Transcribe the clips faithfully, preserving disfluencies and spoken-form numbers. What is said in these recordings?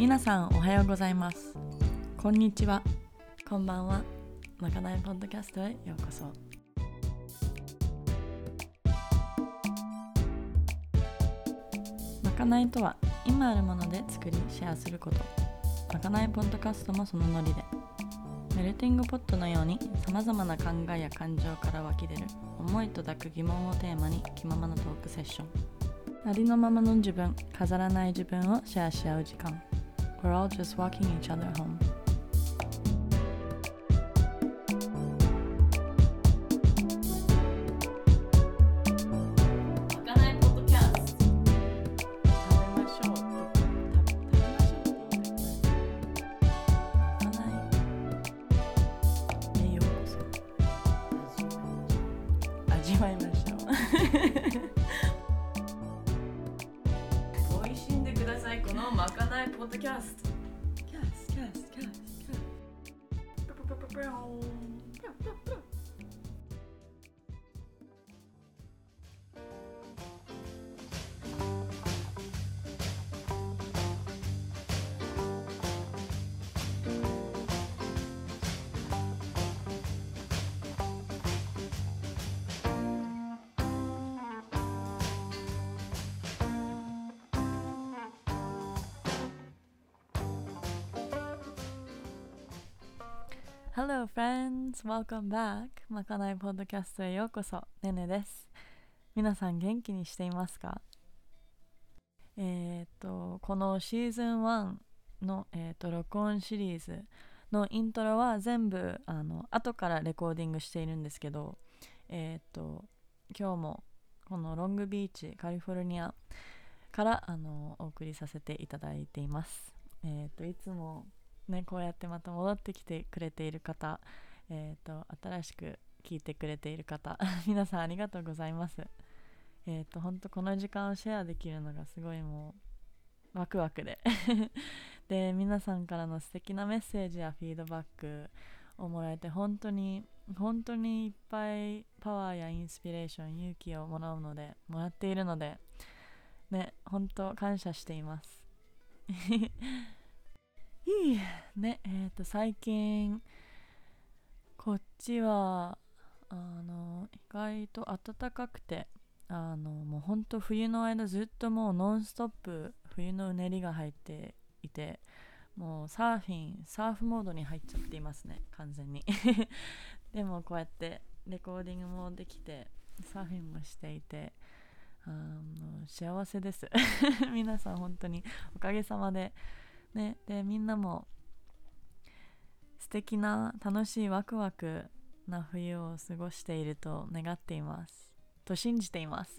皆さんおはようございます。こんにちは。こんばんは。まかないポッドキャストへようこそ。まかないとは今あるもので作りシェアすること。まかないポッドキャストもそのノリでメルティングポットのようにさまざまな考えや感情から湧き出る思いと抱く疑問をテーマに気ままなトークセッション。ありのままの自分、飾らない自分をシェアし合う時間。We're all just walking each other home. まかないポッドキャスト。食べましょう。食べましょうって言いたくない。まかないへようこそ。味わいましょう。味わいましょう。美味しんでください。このまかないポッドキャスト。キャスキャスキャスキャス。プププププヨーン。ピョンピョンピョン。Hello friends, welcome back. まかないポッドキャストへようこそ。ねねです。皆さん元気にしていますか？えー、っとこのシーズンワンの、えー、っと録音シリーズのイントロは全部あの後からレコーディングしているんですけど、えー、っと今日もこのロングビーチカリフォルニアからあのお送りさせていただいています。えー、っといつもね、こうやってまた戻ってきてくれている方、えー、と新しく聞いてくれている方皆さんありがとうございます。えー、と本当この時間をシェアできるのがすごいもうワクワクでで皆さんからの素敵なメッセージやフィードバックをもらえて本当に本当にいっぱいパワーやインスピレーション勇気をもらうのでもらっているのでね、本当感謝していますいいね、えっと最近こっちはあの意外と暖かくて、あのもうほんと冬の間ずっともうノンストップ冬のうねりが入っていて、もうサーフィンサーフモードに入っちゃっていますね、完全にでもこうやってレコーディングもできてサーフィンもしていて、あの幸せです皆さん本当におかげさまでね、でみんなも素敵な楽しいワクワクな冬を過ごしていると願っていますと信じています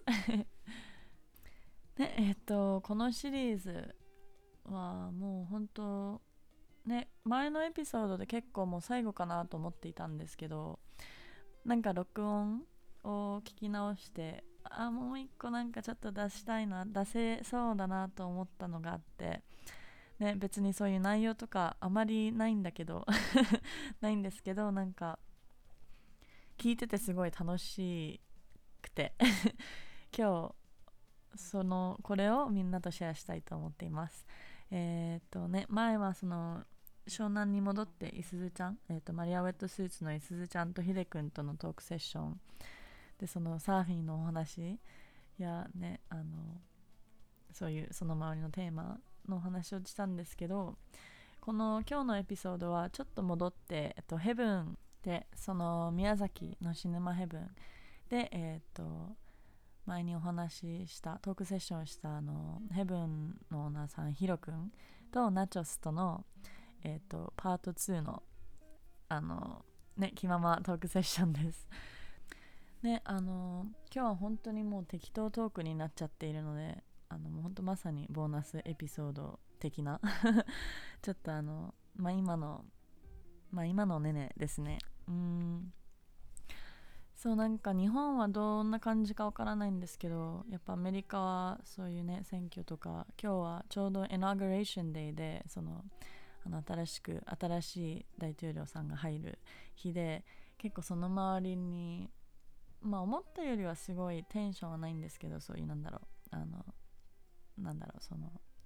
でえっとこのシリーズはもう本当ね、前のエピソードで結構もう最後かなと思っていたんですけど、なんか録音を聞き直してあもう一個なんかちょっと出したいな出せそうだなと思ったのがあってね、別にそういう内容とかあまりないんだけどないんですけど、なんか聞いててすごい楽しくて今日そのこれをみんなとシェアしたいと思っています。えー、っとね前はその湘南に戻っていすずちゃん、えー、っとマリアウェットスーツのいすずちゃんとひでくんとのトークセッションで、そのサーフィンのお話やね、あのそういうその周りのテーマのお話をしたんですけど、この今日のエピソードはちょっと戻って、えっと、ヘブンでその宮崎のシネマヘブンで、えっと、前にお話ししたトークセッションしたあのヘブンのオーナーさんヒロくんとナチョスとの、えっと、パートツーのあのね気ままトークセッションですね。あの今日は本当にもう適当トークになっちゃっているので、あのもう本当まさにボーナスエピソード的なちょっとあのまあ今のまあ今のねねですね。うーんそうなんか日本はどんな感じかわからないんですけど、やっぱアメリカはそういうね選挙とか、今日はちょうどイナグレーションデーで、そのあの新しく新しい大統領さんが入る日で、結構その周りにまあ思ったよりはすごいテンションはないんですけど、そういうなんだろうあのなんだろうその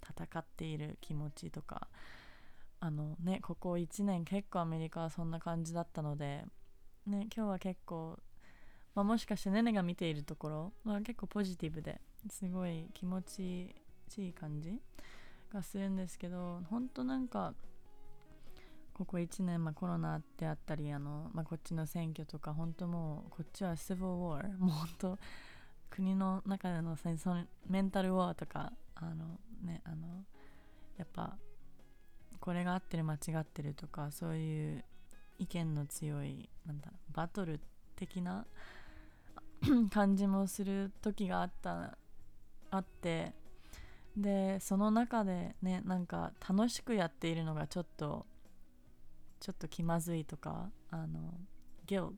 戦っている気持ちとか、あのねここいちねん結構アメリカはそんな感じだったので、ね、今日は結構、まあ、もしかしてねねが見ているところは結構ポジティブですごい気持ちいい感じがするんですけど、本当なんかここいちねん、まあ、コロナであったりあの、まあ、こっちの選挙とか本当もうこっちはシビルウォー、もう本当国の中での戦争、メンタルウォーとかあのねあのやっぱこれが合ってる間違ってるとかそういう意見の強いなんだろうバトル的な感じもする時があったあって、でその中でねなんか楽しくやっているのがちょっとちょっと気まずいとか、あの guilt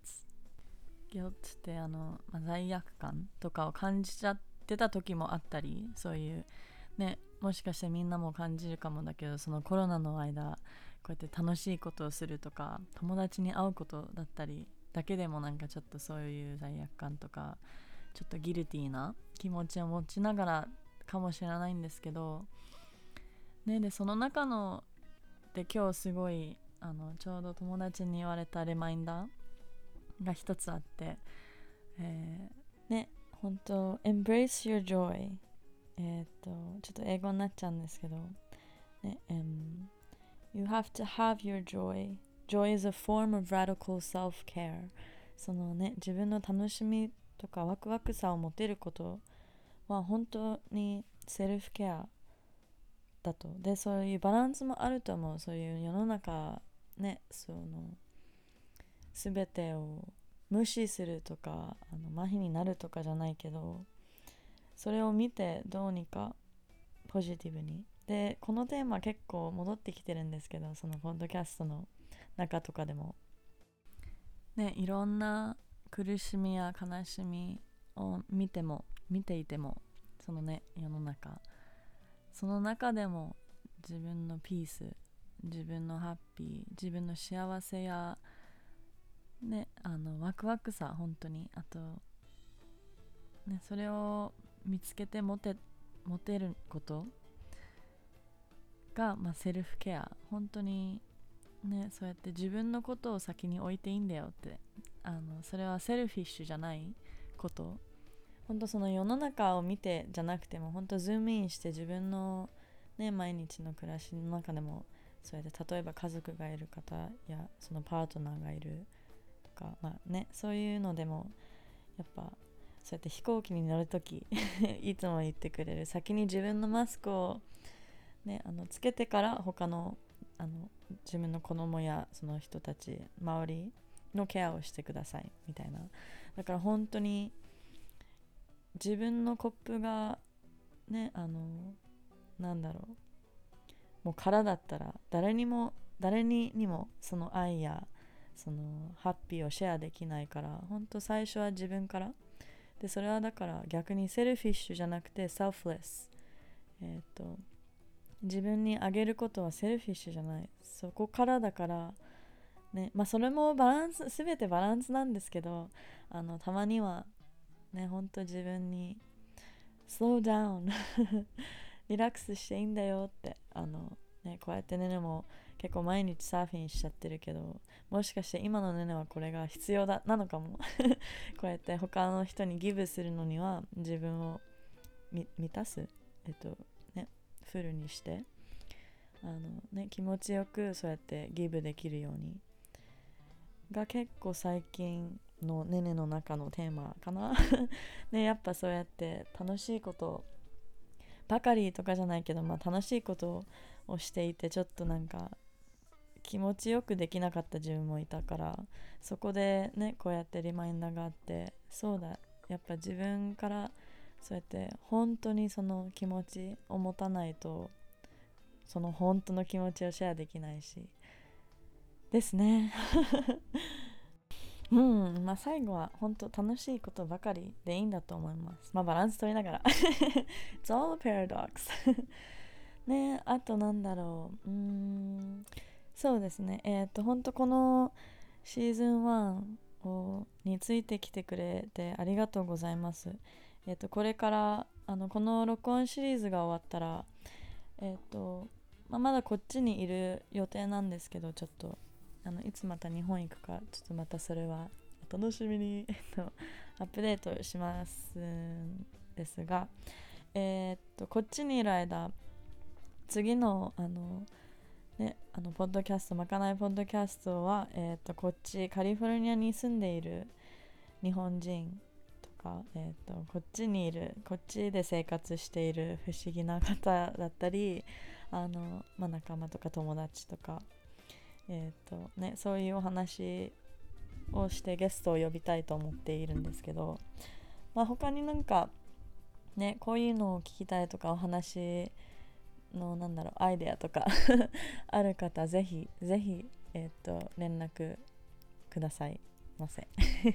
guilt ってあの、まあ、罪悪感とかを感じちゃってた時もあったり、そういうねもしかしてみんなも感じるかもだけど、そのコロナの間こうやって楽しいことをするとか友達に会うことだったりだけでもなんかちょっとそういう罪悪感とかちょっとギルティーな気持ちを持ちながらかもしれないんですけど、ね、でその中ので今日すごいあのちょうど友達に言われたリマインダーが一つあって、えー、ね本当 embrace your joy、 えー、っとちょっと英語になっちゃうんですけど、ね、um, you have to have your joy joy is a form of radical self-care、 そのね自分の楽しみとかワクワクさを持てることは本当にセルフケアだと。でそういうバランスもあると思う。そういう世の中ね、その全てを無視するとかあの麻痺になるとかじゃないけど、それを見てどうにかポジティブに。でこのテーマ結構戻ってきてるんですけど、そのポッドキャストの中とかでもね、いろんな苦しみや悲しみを見ても見ていても、そのね世の中その中でも自分のピース、自分のハッピー、自分の幸せやねあのワクワクさ、本当にあとねそれを見つけて持て持てることが、まあ、セルフケア。本当にねそうやって自分のことを先に置いていいんだよって、あのそれはセルフィッシュじゃないこと。本当その世の中を見てじゃなくても本当ズームインして自分のね毎日の暮らしの中でもそうやって例えば家族がいる方やそのパートナーがいるとか、まあねそういうのでもやっぱそうやって飛行機に乗るときいつも言ってくれる、先に自分のマスクをねあのつけてから他のあの自分の子供やその人たち周りのケアをしてくださいみたいな。だから本当に自分のコップがねあのなんだろうもう空だったら誰にも誰ににもその愛やそのハッピーをシェアできないから、本当最初は自分からで、それはだから逆にセルフィッシュじゃなくてセルフレス、えっと自分にあげることはセルフィッシュじゃない、そこからだからね。まあそれもバランス、全てバランスなんですけど、あのたまにはねほんと自分にスローダウンリラックスしていいんだよって、あのねこうやってねねも結構毎日サーフィンしちゃってるけど、もしかして今のねねはこれが必要だなのかもこうやって他の人にギブするのには自分を満たす、えっとねフルにしてあのね気持ちよくそうやってギブできるようにが結構最近のねねの中のテーマかなね、やっぱそうやって楽しいことばかりとかじゃないけど、まあ、楽しいことをしていてちょっとなんか気持ちよくできなかった自分もいたから、そこでねこうやってリマインダーがあって、そうだやっぱ自分からそうやって本当にその気持ちを持たないとその本当の気持ちをシェアできないしですねうん、まあ最後は本当楽しいことばかりでいいんだと思います。まあバランス取りながらIt's all a paradox ね。あとなんだろう、うーんそうですね、えっと本当このシーズンワンをについてきてくれてありがとうございます。えっとこれからあのこの録音シリーズが終わったらえっ、と、まあ、まだこっちにいる予定なんですけど、ちょっとあのいつまた日本行くかちょっとまたそれはお楽しみにえっとアップデートしますんですが、えっとこっちにいる間、次のあのね、あのポッドキャストまかないポッドキャストは、えー、とこっちカリフォルニアに住んでいる日本人とか、えー、とこっちにいるこっちで生活している不思議な方だったり、あの、まあ、仲間とか友達とか、えーとね、そういうお話をしてゲストを呼びたいと思っているんですけど、まあ、他になんかね、こういうのを聞きたいとかお話のなんだろうアイデアとかある方、ぜひぜひ、えー、と連絡くださいませ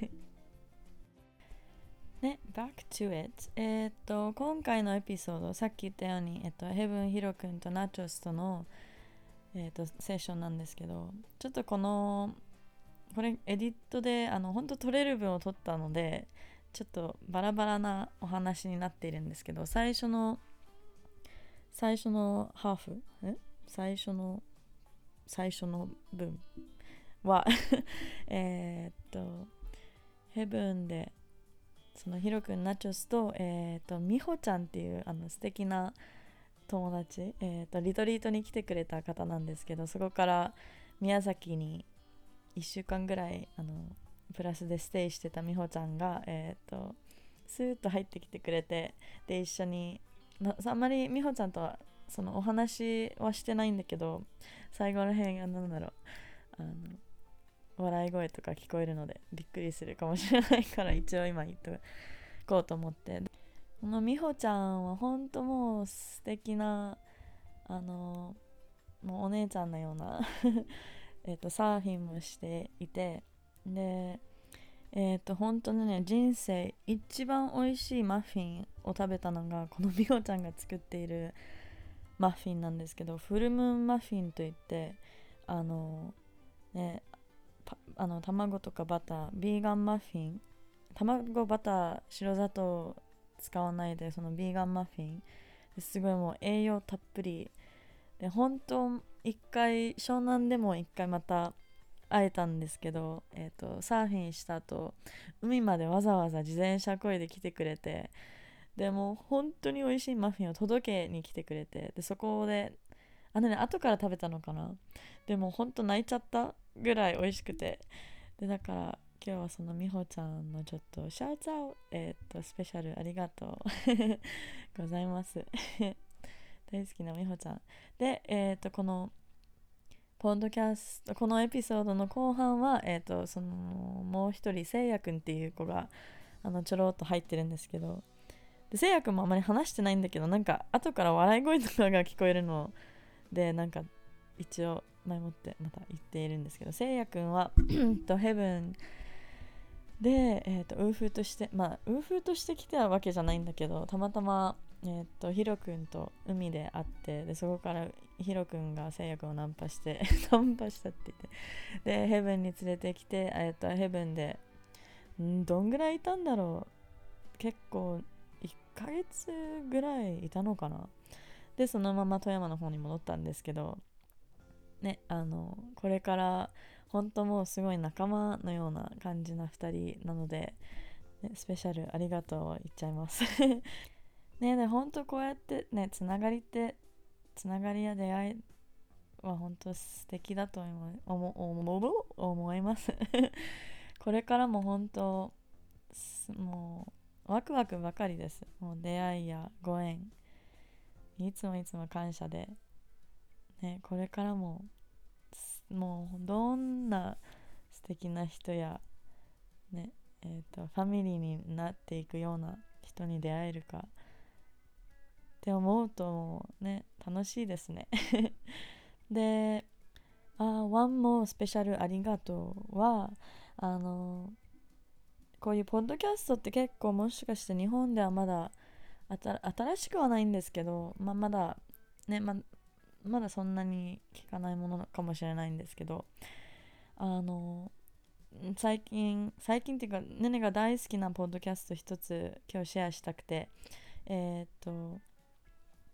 ね、back to it。えっ、と今回のエピソード、さっき言ったように、えっ、とヘブンヒロ君とナチョスとの、えー、とセッションなんですけど、ちょっとこのこれエディットであの本当取れる分を取ったので、ちょっとバラバラなお話になっているんですけど、最初の最初のハーフえ最初の最初の文はえっとヘブンでそのヒロ君ナチョスとえっとミホちゃんっていうあの素敵な友達、えっとリトリートに来てくれた方なんですけど、そこから宮崎にいっしゅうかんぐらいあのプラスでステイしてたミホちゃんが、えっとスーッと入ってきてくれて、で一緒に、まあんまり美穂ちゃんとはそのお話はしてないんだけど、最後の辺が何だろう、あの笑い声とか聞こえるのでびっくりするかもしれないから一応今言っとこうと思って、この美穂ちゃんは本当もう素敵なあのもうお姉ちゃんのようなえっとサーフィンもしていて、でえっ、ー、と本当にね、人生一番美味しいマフィンを食べたのがこの美穂ちゃんが作っているマフィンなんですけど、フルムーンマフィンといって、あのねあの卵とかバター、ビーガンマフィン、卵バター白砂糖使わないで、そのビーガンマフィンすごいもう栄養たっぷりで、本当一回湘南でも一回また会えたんですけど、えーと、サーフィンした後海までわざわざ自転車こいで来てくれて、でも本当に美味しいマフィンを届けに来てくれて、でそこであのね後から食べたのかな、でも本当泣いちゃったぐらい美味しくて、でだから今日はその美穂ちゃんのちょっとシャウトアウト、えっ、ー、とスペシャルありがとうございます大好きな美穂ちゃんで、えっ、ー、とこのポッドキャスト、このエピソードの後半は、えーと、そのもう一人せいやくんっていう子があのちょろっと入ってるんですけど、でせいやくんもあまり話してないんだけど、なんか後から笑い声とかが聞こえるので、なんか一応前もってまた言っているんですけど、せいやくんはとヘブンで、えーと、ウーフーとしてまあウーフーとして来たわけじゃないんだけど、たまたまえー、とヒロ君と海で会って、でそこからヒロ君がせいや君をナンパしてナンパしたって言って、でヘブンに連れてきて、えー、とヘブンでんどんぐらいいたんだろう、結構いっかげつぐらいいたのかな。でそのまま富山の方に戻ったんですけどね、あのこれから本当もうすごい仲間のような感じなふたりなので、ね、スペシャルありがとう言っちゃいますね。で本当こうやってね、つながりってつながりや出会いは本当素敵だと思い思思思いますこれからも本当もうワクワクばかりです。もう出会いやご縁いつもいつも感謝で、ね、これからももうどんな素敵な人や、ねえー、とファミリーになっていくような人に出会えるかって思うとね、楽しいですねで、あ、ワンもスペシャルありがとうは、あのこういうポッドキャストって結構もしかして日本ではまだ新しくはないんですけど、まあ、まだね、ま、まだそんなに聞かないものかもしれないんですけど、あの最近最近っていうかねねが大好きなポッドキャスト一つ今日シェアしたくて、えー、っと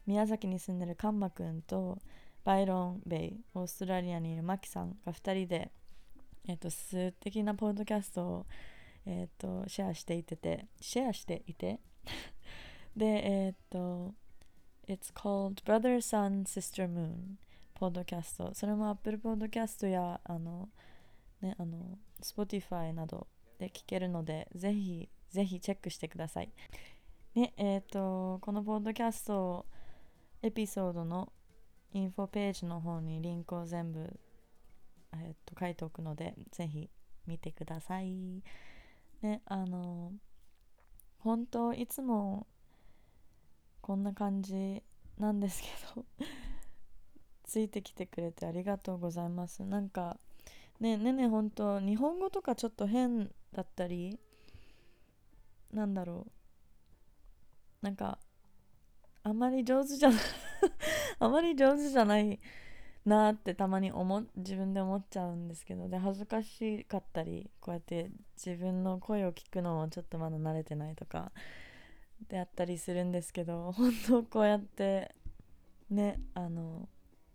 宮崎に住んでるカンマくんとバイロンベイ、オーストラリアにいるマキさんがふたりで、えー、と素敵なポッドキャストを、えー、とシェアしていててシェアしていてで、えっ、と It's called Brother Sun Sister Moon ポッドキャスト。それも Apple Podcast やあの、ね、あの Spotify などで聞けるので、ぜひぜひチェックしてください。ね、えっ、とこのポッドキャストエピソードのインフォページの方にリンクを全部、えー、と書いておくので、ぜひ見てください。ね、あの本当いつもこんな感じなんですけどついてきてくれてありがとうございます。なんかねねね本当日本語とかちょっと変だったり、なんだろう、なんかあまり上手じゃないあまり上手じゃないなってたまに思自分で思っちゃうんですけど、で恥ずかしかったり、こうやって自分の声を聞くのもちょっとまだ慣れてないとかであったりするんですけど、本当こうやってね、あの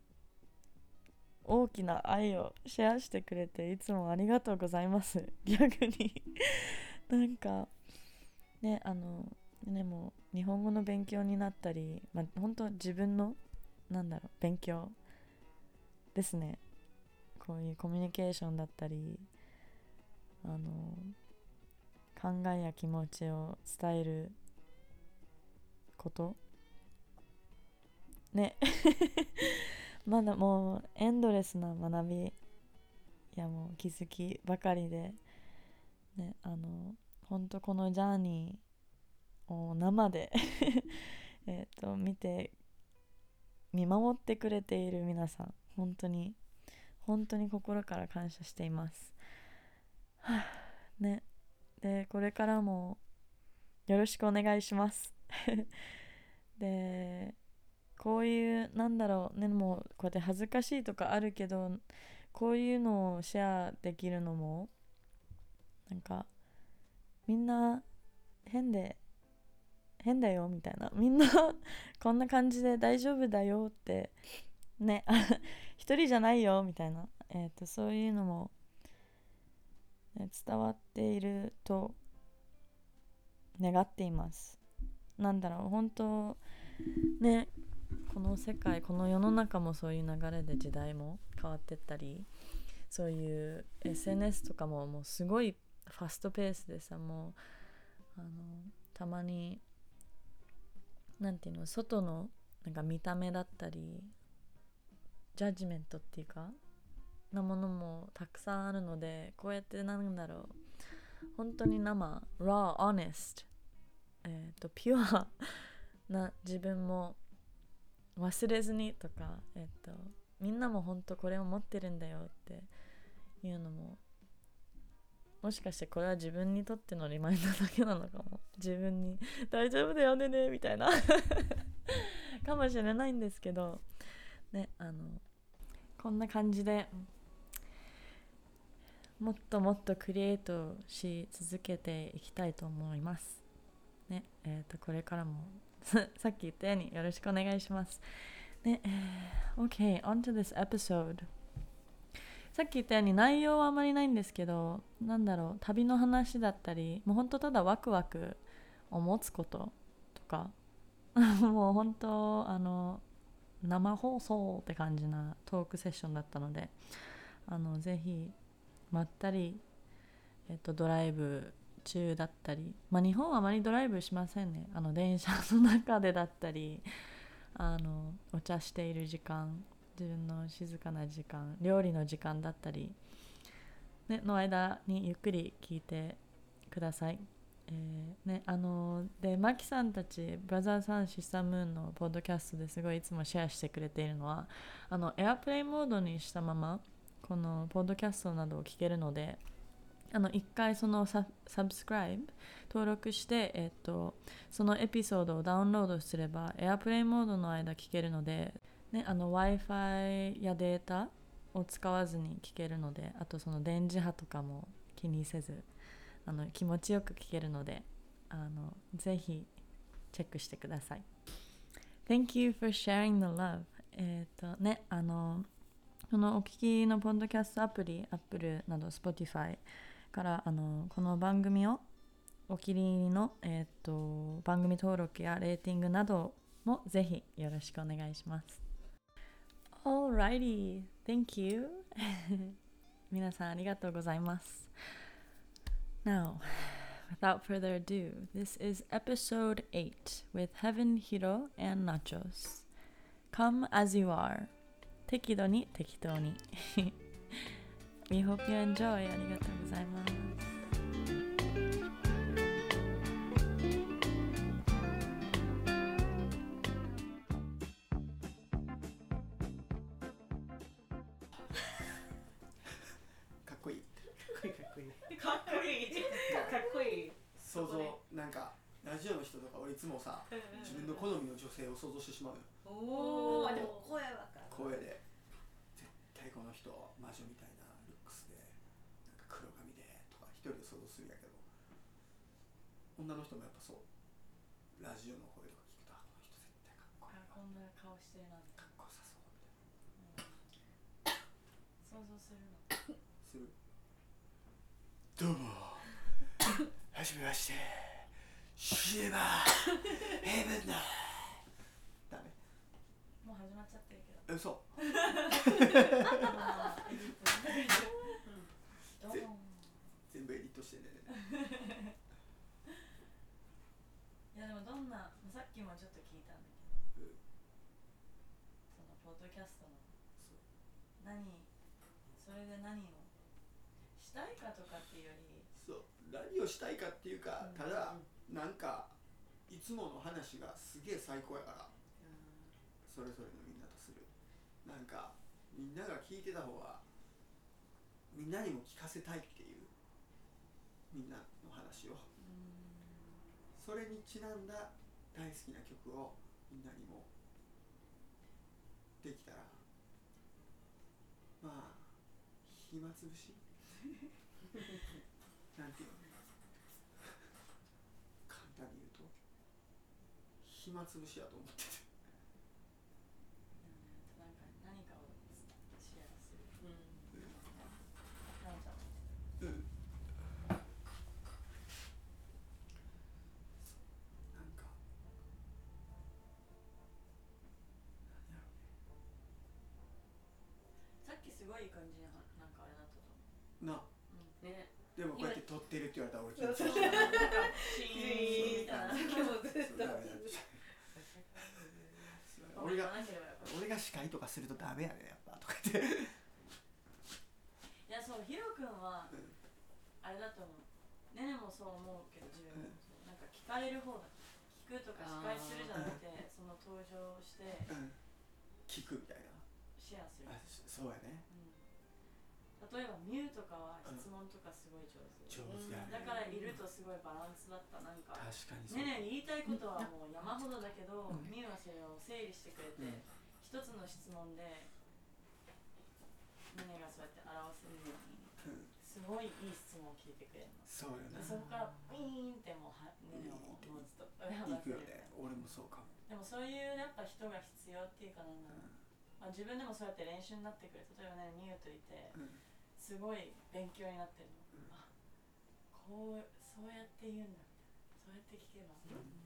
大きな愛をシェアしてくれていつもありがとうございます。逆になんかね、あのね、もう日本語の勉強になったり、まあ、本当自分のなんだろう勉強ですね。こういうコミュニケーションだったり、あの考えや気持ちを伝えることねまだもうエンドレスな学びやもう気づきばかりで、ね、あの本当このジャーニーを生でえっと見て見守ってくれている皆さん、本当に本当に心から感謝しています。はあ、ね、でこれからもよろしくお願いしますでこういうなんだろうね、もうこうやって恥ずかしいとかあるけど、こういうのをシェアできるのもなんかみんな変で変だよみたいな、みんなこんな感じで大丈夫だよってね一人じゃないよみたいな、えーとそういうのも、ね、伝わっていると願っています。なんだろう本当ね、この世界この世の中もそういう流れで時代も変わってったり、そういう エスエヌエス とかももうすごいファストペースでさ、もうあのたまになんていうの、外のなんか見た目だったりジャッジメントっていうかなものもたくさんあるので、こうやってなんだろう本当に生 raw honest えっ、ー、とピュアな自分も忘れずにとか、えっ、ー、とみんなも本当これを持ってるんだよっていうのも、もしかしてこれは自分にとってのリマインダーだけなのかも、自分に大丈夫だよねねみたいなかもしれないんですけどね、あのこんな感じでもっともっとクリエイトし続けていきたいと思いますね。えー、とこれからもさっき言ったようによろしくお願いしますね。OK, on to this episode。 さっき言ったように内容はあまりないんですけど、なんだろう、旅の話だったり、もうほんとただワクワクを持つこととかもう本当あの生放送って感じなトークセッションだったので、あのぜひまったり、えっと、ドライブ中だったり、まあ、日本はあまりドライブしませんね。あの電車の中でだったり、あのお茶している時間、自分の静かな時間、料理の時間だったり、ね、の間にゆっくり聞いてください。えーね、あのでマキさんたちブラザーさんシスタームーンのポッドキャストですごいいつもシェアしてくれているのは、あのエアプレイモードにしたままこのポッドキャストなどを聞けるので、あの一回そのササブスクライブ登録して、えっと、そのエピソードをダウンロードすればエアプレイモードの間聞けるので、ね、あの Wi-Fi やデータを使わずに聞けるので、あとその電磁波とかも気にせず、あの気持ちよく聞けるので、あのぜひチェックしてください。 Thank you for sharing the love. えっとね、あのこのお聞きのポッドキャストアプリ、Apple など Spotify からあのこの番組をお気に入りの、えー、と番組登録やレーティングなどもぜひよろしくお願いします。Alrighty, thank you. 皆さんありがとうございます。Now, without further ado, this is episode eight with Heaven Hiro and Nachos. Come as you are. 適度に適当に。We hope you enjoy. ありがとうございます。 かっこいいかっこいいかっこいいかっこいいかっこいい想像なんかラジオの人とか俺いつもさ自分の好みの女性を想像してしまうよ。 おーでも声わかる声で絶対この人魔女みたいなルックスでなんか黒髪でとか一人で想像するんやけど、女の人もやっぱそうラジオの声とか聞くとあこの人絶対かっこいいこんな顔してるなってかっこよさそうみたいな想像するのする。どうもはじめましてシネマヘブンだダメもう始まっちゃってるけど嘘全部エディットしてねいやでもどんなさっきもちょっと聞いたんだけど、うん、そのポッドキャストの何それで何をしたいかとかっていうよりそう何をしたいかっていうか、うん、ただ、うん、なんかいつもの話がすげえ最高やから、うん、それぞれのみんなとするなんかみんなが聞いてた方がみんなにも聞かせたいっていうみんなの話を、うん、それにちなんだ大好きな曲をみんなにもできたらまあ暇つぶしなんていうの簡単に言うと暇つぶしやと思っててなんか何かをシェアする、うんうん、なんちゃう、うん、 なんか何やろうねさっきすごいいい感じになんかあれだったと思うな、うん、ねでもこうやって撮ってるって言われたら俺緊張しないシーンみたいな俺が俺が司会とかするとダメやねやっぱとか言っていやそうヒロ君はあれだと思うねねもそう思うけど自分もそうなんか聞かれる方だ聞くとか司会するじゃなくてその登場して、うん、 聞くみたいなシェアするあそうやね、うん例えばミュウとかは質問とかすごい上手、 うん、上手やね、 だからいるとすごいバランスだったなんか確かにそうねねに言いたいことはもう山ほどだけど、うん、ミュウはそれを整理してくれて、うん、一つの質問でねねがそうやって表せるように、うん、すごいいい質問を聞いてくれるのそうよねそこからピーンってもうはねねをもうずっと話せるよね俺もそうかもでもそういうやっぱ人が必要っていうかなんだろう、うんまあ、自分でもそうやって練習になってくる例えばねミュウといて、うんすごい勉強になってるの、うん、あこうそうやって言うんだみたいなそうやって聞けば、うん、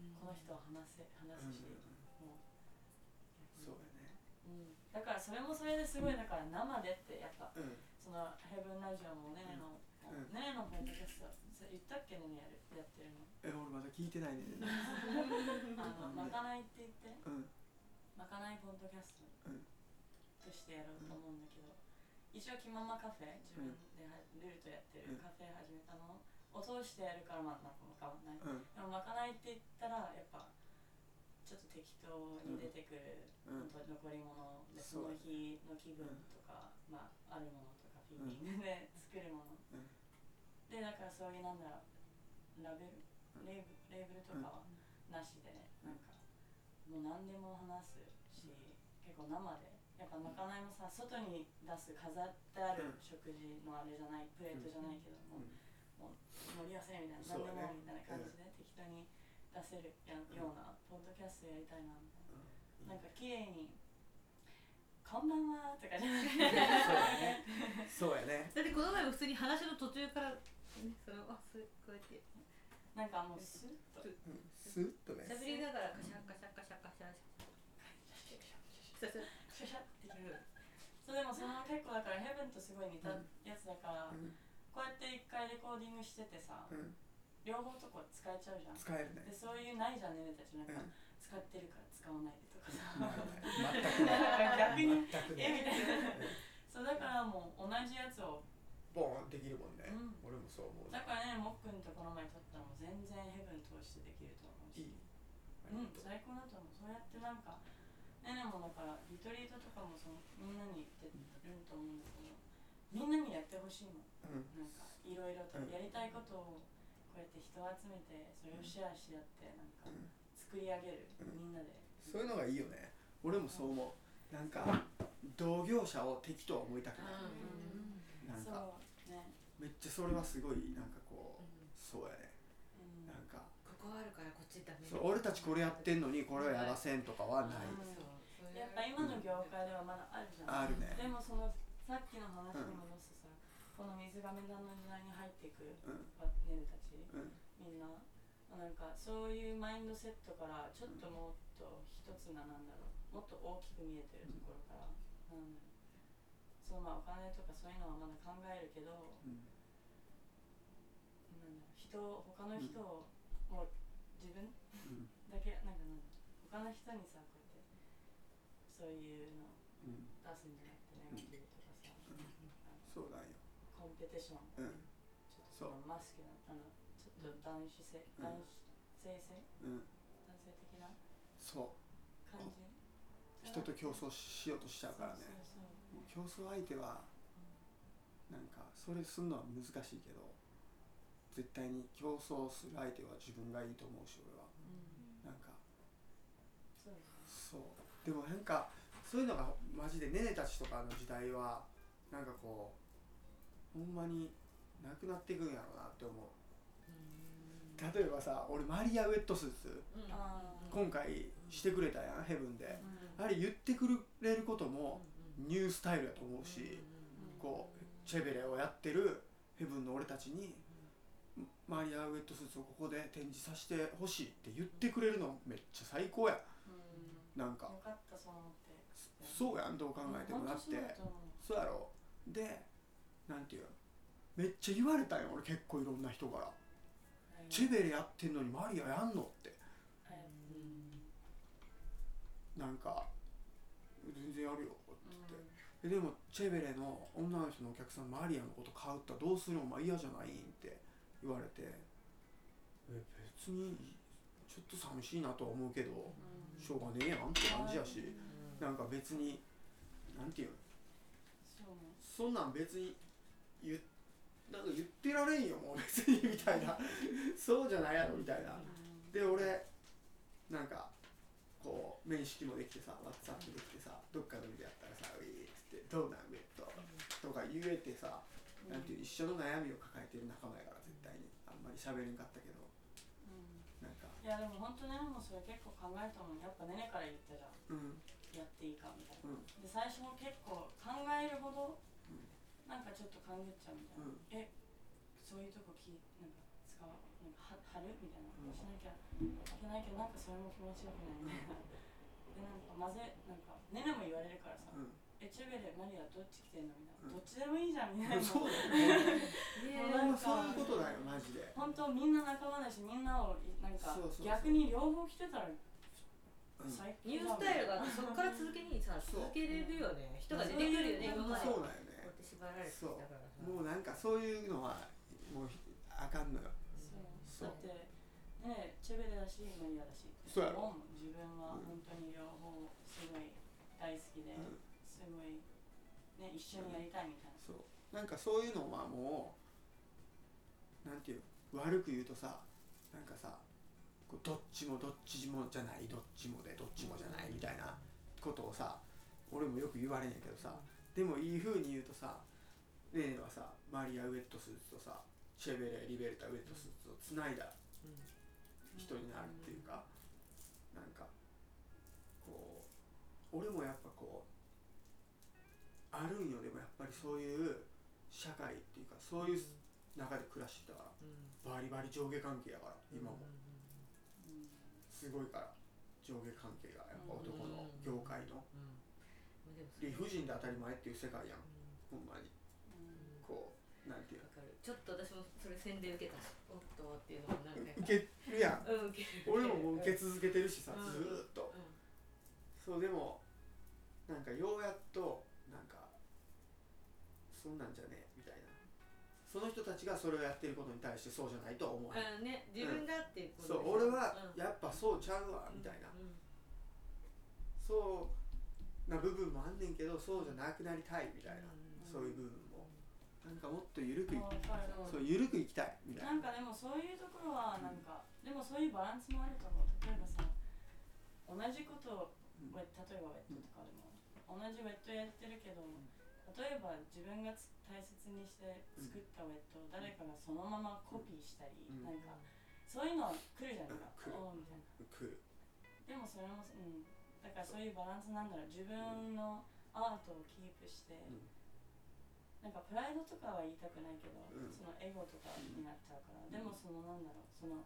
この人は話せ話すし、うん、もうそうやね、 うん、だからそれもそれですごいだから生でってやっぱ、うん、そのヘブンラジオもねねの、うん、ねねのポッドキャスト言ったっけねねやるやってるのえ俺まだ聞いてないねあのまかないって言って、うん、まかないポッドキャストとしてやろうと思うんだけど、一応気ままカフェ自分でルールとやってるカフェ始めたのを通してやるからまあなんか変わんない、うん、でもまかないって言ったらやっぱちょっと適当に出てくる、うん、残り物でその日の気分とか、うん、まああるものとかフィーリングで作るもの、うん、でだからそういうなんだろうラベルレーブレーブルとかはなしで、ね、なんかもう何でも話すし結構生でやっぱまかないもさ外に出す飾ってある食事のあれじゃないプレートじゃないけども、うん、もう盛り合わせみたいな何でもみたいな感じで適当に出せるようなポッドキャストやりたいなみたいな、うん、 なんか綺麗にこんばんはとかじゃなくてそうやね。 だってこの前も普通に話の途中からね、そのあすこうやってなんかもうスッとうん、スッとね。 喋りながらカシャカシャカシャカシャそうそうシャシャっていう。そうでもその結構だからヘブンとすごい似たやつだから、 うん、 こうやって一回レコーディングしててさ、 うん、 両方とこ使えちゃうじゃん。 使えるね。 でそういうないじゃんねねたちなんか、 うん、 使ってるから使わないでとかさ。 全くない。 逆に全くえみたいな。 うんそうだからもう同じやつを。 ボーンできるもんね。 うん、 俺もそう思う。 だからね、もっくんとこの前撮ったのも全然ヘブン通してできると思うし。 いい。 うん、最高だと思う。そうやってなんか。ねねもだからリトリートとかもそのみんなに言ってると思うんだけど、みんなにやってほしいもん、うん、なんかいろいろとやりたいことをこうやって人を集めてそれをシェアし合ってなんか作り上げる、うん、みんなで、 そういうのがいいよね。俺もそう思う。なんか同業者を敵とは思いたくない、うん、なんかそう、ね、めっちゃそれはすごいなんかこう、うん、そうやね、うん、なんかここあるからこっちダメ、 そう俺たちこれやってんのにこれはやらせんとかはない、うん、 やっぱ今の業界ではまだあるじゃん、 あるね。 でもそのさっきの話に戻すさ、うん、この水亀座の時代に入っていくネルたち、うん、みんななんかそういうマインドセットからちょっともっと一つななんだろう、もっと大きく見えてるところから、うん、そうまあお金とかそういうのはまだ考えるけど、うん、なんだろう、人他の人を、うん、もう自分、うん、だけなんかなんだろう、他の人にさこうやってそういうの出すんじゃなくてネガティブとかさ、うん、 そうだよ。 コンペティション、うん、ちょっとマスクなあのちょっと男子性、うん、男性性、うん、男性的なそう感じ。 人と競争しようとしちゃうからね。そうそうそう、競争相手は、うん、なんかそれするのは難しいけど、絶対に競争する相手は自分がいいと思うし俺は、うん、なんかそう、そうでもなんかそういうのがマジでネネたちとかの時代はなんかこうほんまになくなっていくんやろうなって思う。例えばさ、俺マリア・ウェットスーツ、うん、今回してくれたやん、ヘブンで、うん、あれ言ってくれることもニュースタイルやと思うし、うん、こうチェベレをやってるヘブンの俺たちに、うん、マリア・ウェットスーツをここで展示させてほしいって言ってくれるのめっちゃ最高や、うん、なんかよかったそう思って。 そうやん、どう考えても。だってそうやろ。で、なんていうめっちゃ言われたんよ俺、結構いろんな人から、チェベレやってんのにマリアやんのって、うん、なんか全然やるよって言って、うん、でもチェベレの女の人のお客さんマリアのこと買うったらどうするの、お前嫌じゃないんって言われて、え別にちょっと寂しいなとは思うけど、うん、しょうがねえやんって感じやし、うん、なんか別になんていうの、そんなん別に言ってなんか言ってられんよもう別にみたいなそうじゃないやろみたいな、で俺なんかこう面識もできてさ、ワッツアップできてさ、どっかの店やったらさ、ウィーっつってどうなんベッドとか言えてさ、なんていう一緒の悩みを抱えてる仲間やから絶対にあんまり喋れんかったけど、うん、なんかいやでも本当ね、もうそれ結構考えたもん、やっぱねねから言ったじゃん、うん、やっていいかみたいな、うん、で最初も結構考えるほどなんかちょっと勘ぐっちゃうみたいな、うん、えそういうとこきなんか使うなんか貼るみたいな、うん、しなきゃいけないけどなんかそれも気持ちよくないみたいなでなんか混ぜなんかねねも言われるからさ、うん、えチェベレマリアどっち来てんのみたいな、うん、どっちでもいいじゃんみたいなそうだよねなんかそういうことだよマジで。 本当みんな仲間だしみんなをなんか逆に両方来てたら最高、ニュースタイルがそこから続けにさ続けれるよね、人が出てくるよね、今までそうだよね、 こうやって縛られてきたからさ、 もうなんかそういうのはもうあかんのよ。 そうだってね、チェベレだしマリアだしそうやろ、 自分は本当に両方すごい大好きで、うん、すごいね一緒にやりたいみたいな、うん、そうなんかそういうのはもうなんていう悪く言うとさ、なんかさどっちもどっちもじゃないどっちもでどっちもじゃないみたいなことをさ俺もよく言われんやけどさ、でもいい風に言うとさ、ねえはさマリア・ウェットスーツとさチェベレ・リベルタ・ウェットスーツをつないだ人になるっていうか、なんかこう俺もやっぱこうあるんよ。でもやっぱりそういう社会っていうかそういう中で暮らしてたから、うん、バリバリ上下関係やから今も、うん、すごいから上下関係がやっぱ男の業界の、うんうん、理不尽で当たり前っていう世界やん、うん、ほんまに、うん、こうなんていうかる。ちょっと私もそれ宣伝受けたし、おっとっていうのもなんか受けるやん、 うん、受ける。 俺ももう受け続けてるしさ、うん、ずーっと、うん、そうでもなんかようやっとなんかそんなんじゃねえみたいな、その人たちがそれをやってることに対してそうじゃないとは思わない、 うんね、自分がっていうこと、うん、そう俺はやっぱそうちゃうわみたいな、うんうん、そうな部分もあんねんけどそうじゃなくなりたいみたいな、うん、そういう部分もなんかもっと緩くいそう緩くいきたいみたいな。なんかでもそういうところはなんか、うん、でもそういうバランスもあると思う。例えばさ同じことを、うん、例えばウェットとかでも、うん、同じウェットやってるけど、うん、例えば自分が大切にして作ったウェットを誰かがそのままコピーしたり、うん、なんかそういうのは来るじゃないか、うん、おーみたいな来る。 でもそれも、うん、だからそういうバランスなんだろう。自分のアートをキープして、うん、なんかプライドとかは言いたくないけど、うん、そのエゴとかになっちゃうから、うん、でもそのなんだろう、その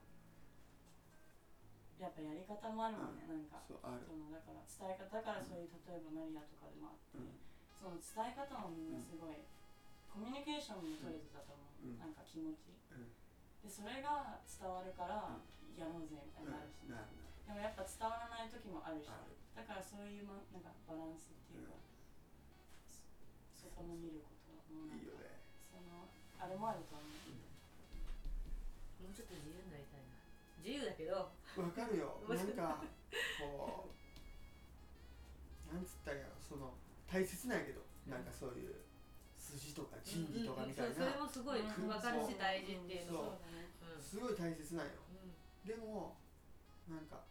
やっぱやり方もあるもんね、うん、なんか そ, そのだから伝え方だからそういう、例えばマリアとかでもあって、うん、その伝え方もみんなすごい、うん、コミュニケーションも取れてたと思う、うん、なんか気持ち、うん、でそれが伝わるからやろうぜみたいになるし、ね、うん、でもやっぱ伝わらない時もあるし、だからそういう、ま、なんかバランスっていうか、うん、そ, そこの見ることもなんかいいよね。そのあれもあると思う、 うん、もうちょっと自由になりたいな。自由だけどわかるよ。なんかこうなんつったらいいやろ、その大切なんやけど、なんかそういう筋とか仁義とかみたいな、 うんうん、そ, それもすごい分かるし大事っていうの、 そう、うん、すごい大切なんよ、うん、でもなんか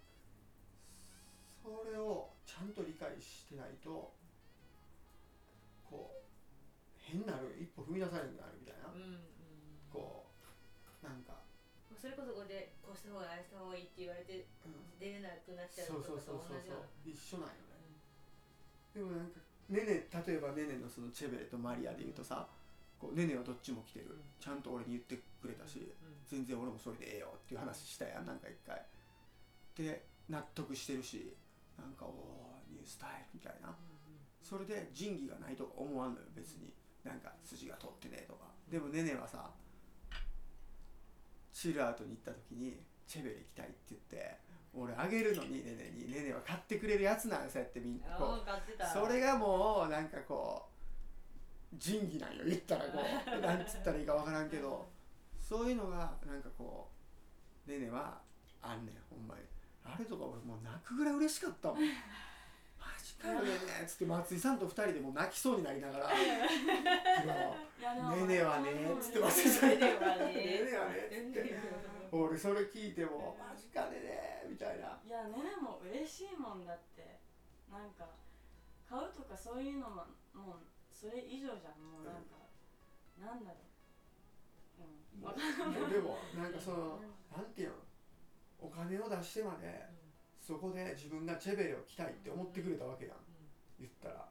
それをちゃんと理解してないとこう変なる一歩踏み出されるようになるみたいな、うんうん、こうなんかそれこそこれでこうした方がああした方がいいって言われて、うん、出れなくなっちゃうとかと同じような。 一緒なんよね、うん、でもなんかネネ、例えばネネのそのチェベレとマリアで言うとさ、こうネネはどっちも来てる、うん、ちゃんと俺に言ってくれたし、うん、全然俺もそれでええよっていう話したやん、なんか一回で納得してるし、なんかおーニュースタイルみたいな、うんうん、それで仁義がないとか思わんのよ別に、なんか筋が通ってねえとか。でもネネはさチルアウトに行った時にチェベレ行きたいって言って俺あげるのにネネに、ネネは買ってくれるやつなんですよってみんなこう、それがもうなんかこう仁義なんよ言ったらこうなんつったらいいかわからんけど、そういうのがなんかこうネネはあんねんほんまに。あれとか俺もう泣くぐらい嬉しかったもんマジかよねっつって松井さんとふたりでもう泣きそうになりながらネネはねっつって松井さんネネはねネネはねっつって俺それ聞いてもマジかねねみたいな。 いやネネも嬉しいもんだって、なんか買うとかそういうのももうそれ以上じゃん、もうなんか、うん、なんだろう、うん、もうでもなんかそのなんていうの、お金を出してまで、うん、そこで自分がチェベレを着たいって思ってくれたわけやん、うん、言ったら、うん、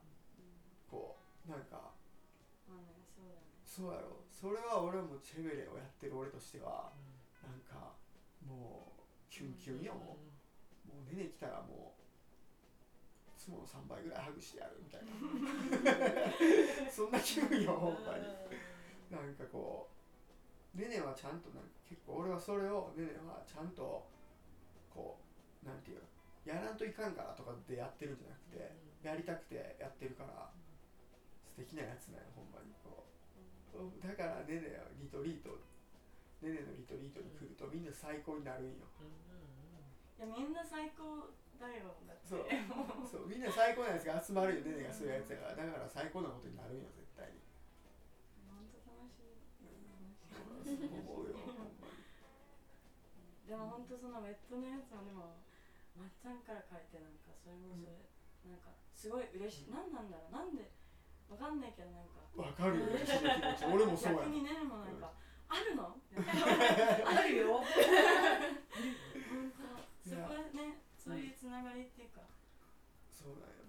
こうなんか、 まあね、そうだね、 そうやろ。それは俺もチェベレをやってる俺としては、うん、なんかもうキュンキュンよ、もう、もうネネ来たらもういつものさんばいぐらいハグしてやるみたいなそんな気分よほんまになんかこうネネはちゃんとなんか結構俺はそれをネネはちゃんとこうなんていうの、やらんといかんからとかでやってるんじゃなくて、やりたくてやってるから素敵なやつなんよほんまにこう。だからネネはリトリートネネのリトリートに来るとみんな最高になるんよ。 いやみんな最高だよだって。 そうそうみんな最高なやつが集まるよネネがそういうやつだから、だから最高なことになるんよ絶対に。 本当楽しい。 そう思うよほんまに。 でも本当そのウェットのやつもでもまっちゃんから書いてなんかそれもそれ、うん、なんかすごい嬉しい、うん、なんなんだろう、なんでわかんないけどなんかわかるよねその気持ち俺もそうや。 逆にねるもなんか、うん、あるのあるよ本当そこはね、そういうつながりっていうか、 そうだよ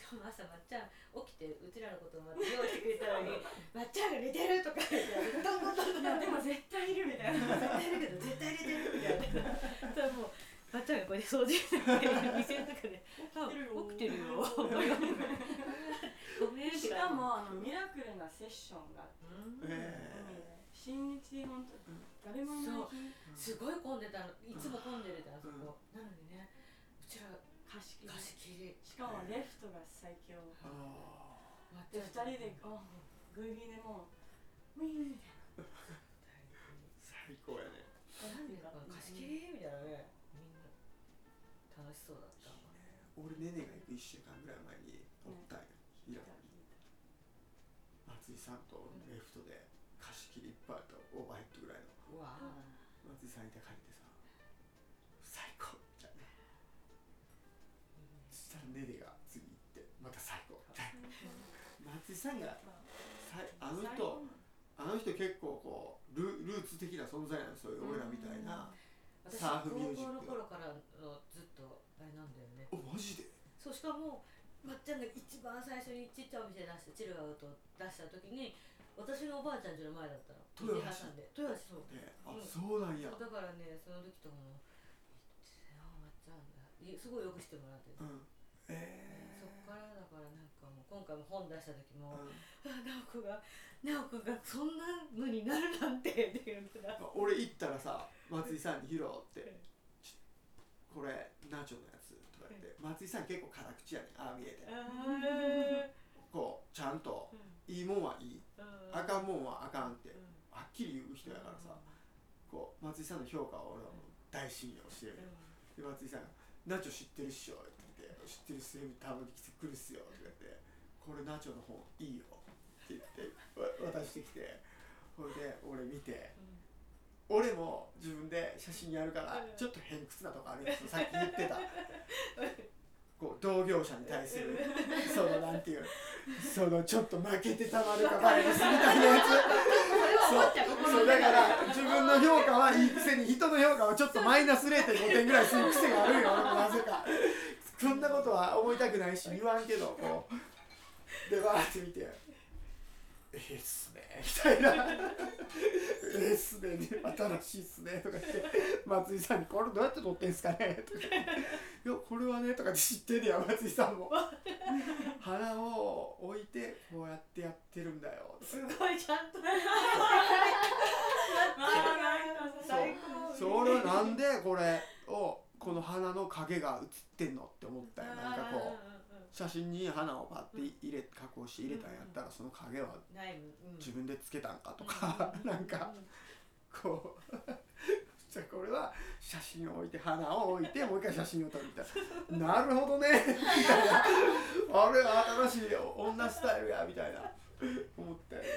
今日の朝まっちゃん起きてうちらのことを用意してくれたのにまっちゃんが寝てるとか言ってどんどんどんどんいやでも絶対いるみたいな絶対いるけど絶対入れてるみたいなそれもうまっちゃんがこうやって掃除して店の中で起きてるよごめんしかもあのミラクルなセッションがあって、 え新日本当誰もいない日すごい混んでたのいつも混んでるじゃんそこ、なのにねうちら貸し切り貸し切りしかもレフトが最強でふたりであグーギーでもうウィーンみたいな最高やね。 なんでか貸し切りみたいなねみんな楽しそうだった俺ねねが行くいっしゅうかんぐらい前におったんや、イランに松井さんとレフトで貸し切りいっぱいあったオーバーヘッドぐらいのうわ松井さんいて借りてさ最高みたいな、そしたらねねが次行ってまた最高みたいな松井さんがさいあの人あの人結構こう ル, ルーツ的な存在なんですよ、俺らみたいなサーフミュージック。 高校の頃からのずっとあれなんだよね。 おマジで。 そうしかもまっちゃんが一番最初にちっちゃいお店出してチルアウト出した時に私のおばあちゃんちの前だったの。 豊橋さんで豊橋そう。 ね、あ、うん、そうなんや。 だからねその時とかもあまっちゃんだすごいよくしてもらってる。うんえー、そっからだからなんかもう今回も本出した時も、うん、あ直子が直子がそんなのになるなんてって言うから俺行ったらさ松井さんに披露ってこれナチョのやつとか言って松井さん結構辛口やねんああ見えてこうちゃんといいもんはいいあかんもんはあかんってはっきり言う人やからさこう松井さんの評価を俺はもう大信用してるで松井さんがナチョ知ってるっしょって言って知ってるっすよたまに来てくるっすよって言ってこれナチョの本いいよって言って渡してきてそれで俺見て、うん、俺も自分で写真やるからちょっと偏屈なとこあるんですよさっき言ってたこう同業者に対するそのなんていうそのちょっと負けてたまるかバイブスみたいなやつそう、そうだから自分の評価はいいくせに人の評価はちょっとマイナス れいてんご 点ぐらいする癖があるよなぜかそんなことは思いたくないし言わんけどこうでバーって見てええっすねみたいなええっすね新しいっすねとか言って松井さんにこれどうやって撮ってんすかねとかいやこれはねとかって知ってるやん松井さんも花を置いてこうやってやってるんだよすごいちゃんと最高そう俺はなんでこれをこの花の影が映ってんのって思ったよなんかこう写真に花をパッて入れ加工して入れたんやったらその影は自分でつけたんかとかなんかこうじゃあこれは写真を置いて花を置いてもう一回写真を撮るみたいななるほどねみたいなあれ新しい女スタイルやみたいな思ったよ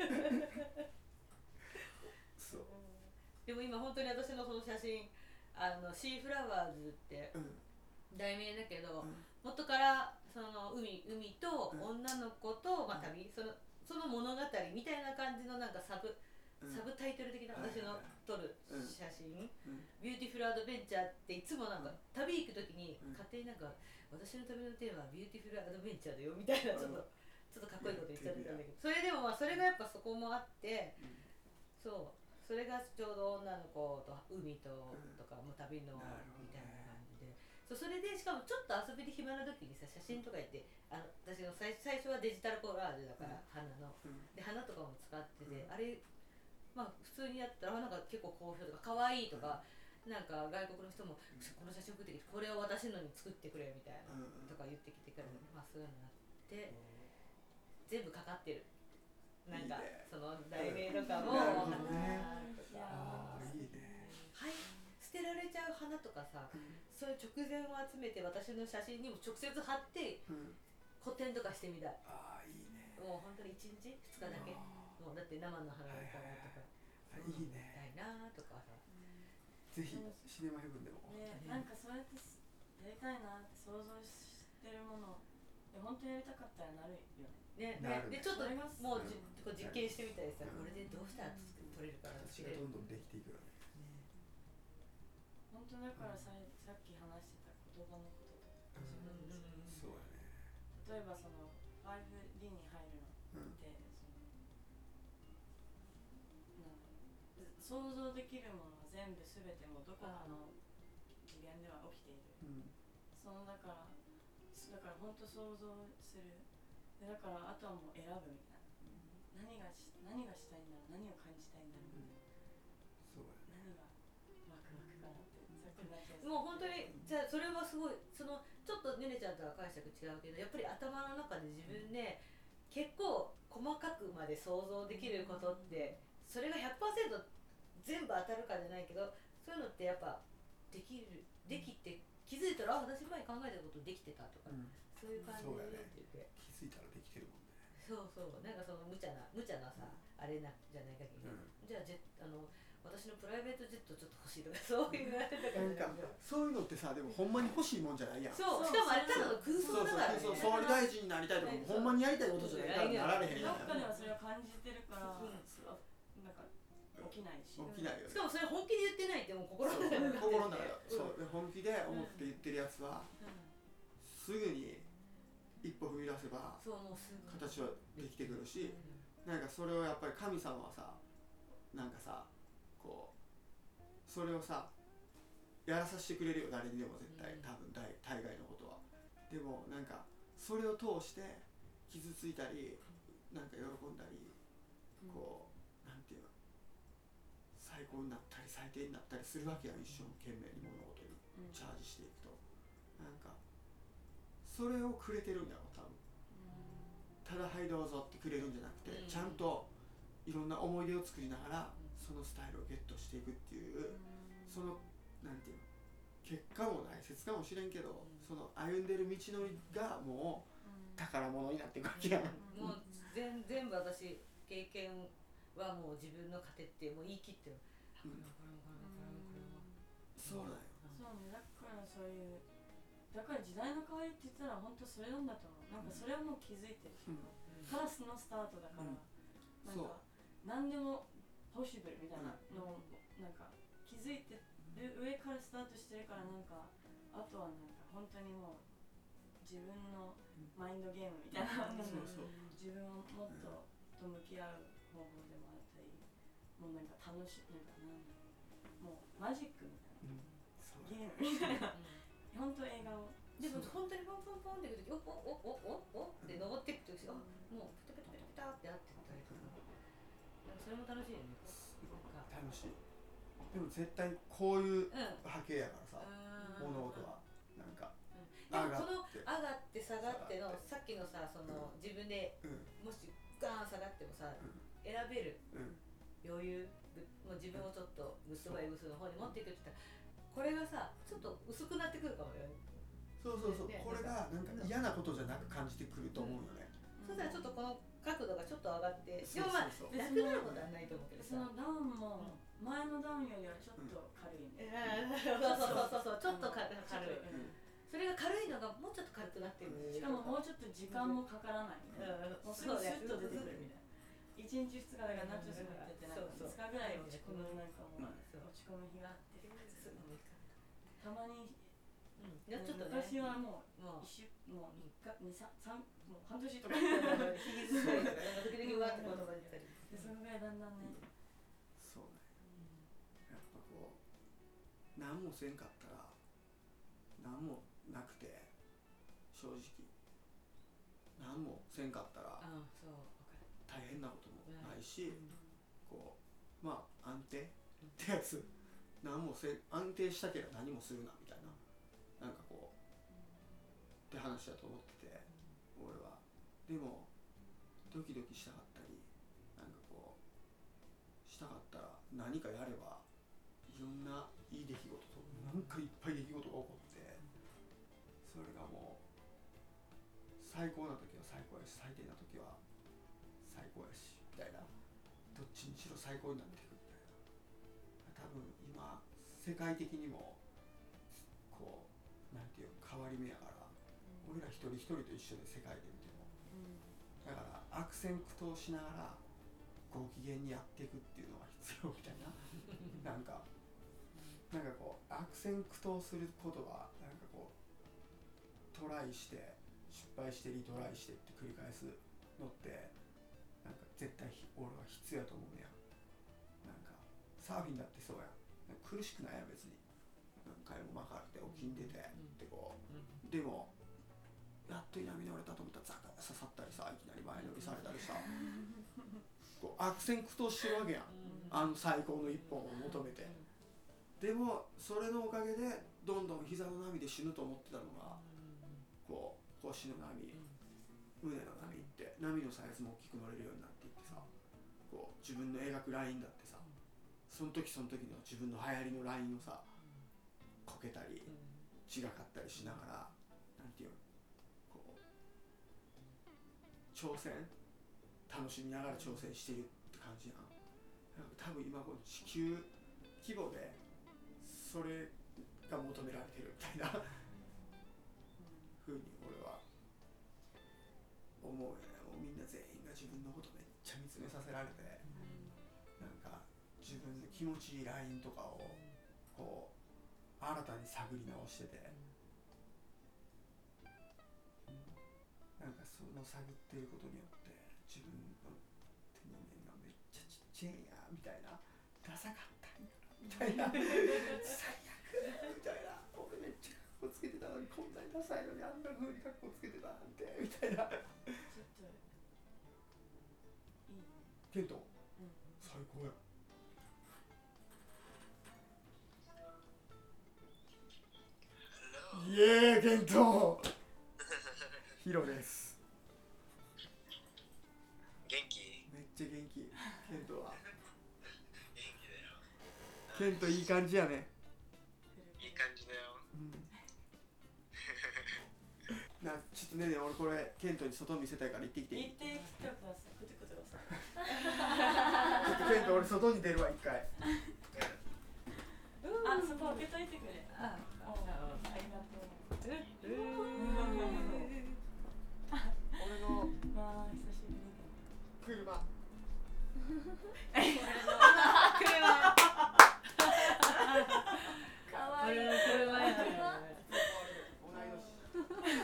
そうでも今本当に私のその写真あのシーフラワーズって題名だけど、うん、元からその 海, 海と女の子と、まあ、旅、うん、そのその物語みたいな感じのなんかサブ、うん、サブタイトル的な私の撮る写真、うん、ビューティフルアドベンチャーっていつもなんか、うん、旅行くときに勝手になんか私の旅のテーマはビューティフルアドベンチャーだよみたいなちょっと、ちょっとかっこいいこと言っちゃってたんだけどそれでもまあそれがやっぱそこもあって、そうそれがちょうど女の子と海と、とかもう旅のみたいな感じで、そうそれでしかもちょっと遊びで暇な時にさ写真とか言ってあの私の 最, 最初はデジタルコラージュだから、うん、花の、うん、で花とかも使ってて、うん、あれまあ普通にやったらなんか結構好評とか可愛いとか、うん、なんか外国の人も、うん、この写真送ってきてこれを私のに作ってくれみたいな、うん、とか言ってきてくれる、うん、まあそういうのがあって、うん、全部かかってるなんかいい、ね、その題名とかもはい捨てられちゃう花とかさ、うん、そういう直前を集めて私の写真にも直接貼って、うん、個展とかしてみたい。あーいいね。もう本当にいちにちふつかだけもうだって生の花の花とか、はいはいはい、いいねみたいなとかさ、うん、 ぜひシネマヘブンでも、 ね、なんかそうやってやりたいなって想像してるもの本当にやりたかったらなるよね。 ね、ねでちょっともうじ、うん、実験してみたいさ、うん、これでどうしたら撮れるかなって形がどんどんできていくよね。ね本当だからさ、うん、さっき話してた言葉のこととか、 うんうん、そうやね。 例えばその ファイブディー に入るのって、うん、そのなん想像できるものは全部すべてもどこかの次元では起きている、うん、そのだからだから本当想像するでだからあとはもう選ぶみたいな、うん、何がし何がしたいんだろう何を感じたいんだろう、うん、そうだね、何がワクワクかなってさっきなっちゃうもう本当にじゃあそれはすごいそのちょっとねねちゃんとは解釈違うけどやっぱり頭の中で自分で結構細かくまで想像できることってそれが ひゃくパーセント 全部当たるかじゃないけどそういうのってやっぱできるできて気づいたらあ私前考えたことできてたとか、うん、そういう感じでっていうか、 ね、気づいたらできてるもんね。 そうそうなんかその無茶な無茶なさ、うん、あれなじゃないかけど、うん、じゃあジェあの私のプライベートジェットちょっと欲しいとかそういうのやってたからなんかそういうのってさでもほんまに欲しいもんじゃないやん。 そうしかもあれただの空想だからね。 そうそうそう総理大臣になりたいとかほんまにやりたいことじゃないからなられへんやん。 どっかではそれを感じてるから、うん、なんか起きないし。 起きないよね。 しかもそれ本気で言ってないってもう心の中で心の中でそう本気で思って言ってるやつは、うん、すぐに一歩踏み出せば形はできてくるし、うん、なんかそれをやっぱり神様はさなんかさこうそれをさやらさせてくれるよ誰にでも絶対、うん、多分大大概のことは。でもなんかそれを通して傷ついたりなんか喜んだり、うん、こうなんていうの最高になったり最低になったりするわけやん一生懸命に物事にチャージしていくと、うん、なんかそれをくれてるんだろう多分、うん、ただはいどうぞってくれるんじゃなくて、うん、ちゃんといろんな思い出を作りながらそのスタイルをゲットしていくっていう、うん、そのなんていうの結果もない説かもしれんけど、うん、その歩んでる道のりがもう宝物になっていくわけやん、 うん、もう全全部私経験はもう自分の糧ってもう言い切ってる、うん、 そうだよそうねだからそういうだから時代の変わりって言ったら本当それなんだと思うなんかそれはもう気づいてる、うん、カラスのスタートだから、うん、なんか何でもポッシブルみたいなのをなんか気づいてる上からスタートしてるからなんかあとはなんか本当にもう自分のマインドゲームみたいな、うん、そうそう自分をもっとと向き合う方法でもあったりもうなんか楽しいなんかなんだもうマジックみたいな、うん、ゲームみたいな本当映画をでも本当にポンポンポンっていくときおおおおおおって登っていくとき、うん、もうペタペタペタペタってなってたりとかそれも楽しいよね楽しいでも絶対こういう波形やからさ、うん、物事はなんか、 うん、でもこの上がって下がってのさっきのさその、うん、自分で、うん、もしガーン下がってもさ、うん、選べる、うん、余裕もう自分をちょっとグッドバイブスの方に持っていくって言ったらこれがさちょっと薄くなってくるかもよねそうそうそう、ね、これがなんか嫌なことじゃなく感じてくると思うよね、 うん、そしたらちょっとこの角度がちょっと上がってでもまあ楽なることはないと思うけどさそのダウンも前のダウンよりはちょっと軽いみたいな、 うん、そうそうそうそうちょっと軽い、うん、それが軽いのがもうちょっと軽くなってるしかももうちょっと時間もかからないみたいな、うん、もうすぐスッと出てくるみたいないちにちふつかだからナチョス持っててなんかみっかぐらい落ち込むなんかもう落ち込む日があってたまにうん、いやちょっとね昔はもう一週もうみっかにさんもう半年とかひげすったりとか時々わって言葉言ったりでそのぐらいだんだんね、うん、 そうね、うん、やっぱこう何もせんかったら何もなくて正直何もせんかったら大変なこともないし、うん、こうまあ安定ってやつ何もせ安定したければ何もするなみたいななんかこうって話だと思ってて俺はでもドキドキしたかったりなんかこうしたかったら何かやればいろんないい出来事となんかいっぱい出来事が起こってそれがもう最高な時は最高やし最低な時は最高やしみたいなどっちにしろ最高になっていくみたいな多分今世界的にもこうなんていう変わり目やから、うん、俺ら一人一人と一緒で世界で見ても、うん、だから悪戦苦闘しながらご機嫌にやっていくっていうのが必要みたいななんかなんかこう悪戦苦闘することはなんかこうトライして失敗してリトライしてって繰り返すのってなんか絶対俺は必要やと思うねや。なんかサーフィンだってそうや。苦しくないや別に。何回も巻かれて沖に出てってこう、うん、でもやっと稲見に折れたと思ったらザカ刺さったりさ、いきなり前乗りされたりさこう悪戦苦闘してるわけやん、あの最高の一本を求めて。でもそれのおかげでどんどん膝の波で死ぬと思ってたのがこう腰の波、胸の波って波のサイズも大きく乗れるようになっていってさ、こう自分の描くラインだってさ、その時その時の自分の流行りのラインをさこけたり違かったりしながら、なんていうのこう挑戦楽しみながら挑戦してるって感じやん。多分今この地球規模でそれが求められてるみたいなふうに俺は思うよね。もうみんな全員が自分のことめっちゃ見つめさせられて、なんか自分の気持ちいいラインとかをこう新たに探り直してて、なんかその探ってることによって自分の手の面がめっちゃちっちゃいやみたいな、ダサかったんやみたいな最悪みたいな、俺めっちゃカッコつけてたのにこんなにダサいのにあんな風にカッコつけてたなんてみたいな。ちょっといいケント、うん、最高や。イエーイケントヒロです。 元気？ めっちゃ元気。ケントは元気だよ。 ケントいい感じやね。 いい感じだよ。 うん、なちょっとねね、俺これケントに外見せたいから行ってきていい？ 行ってきてください。ちょっとケント俺外に出るわ一回。 あ、そこ開けといてくれ。あ、あ、ありがとう。えー、 俺のまあ久しぶり車。 車。かわいい。俺の車やね。 同い年。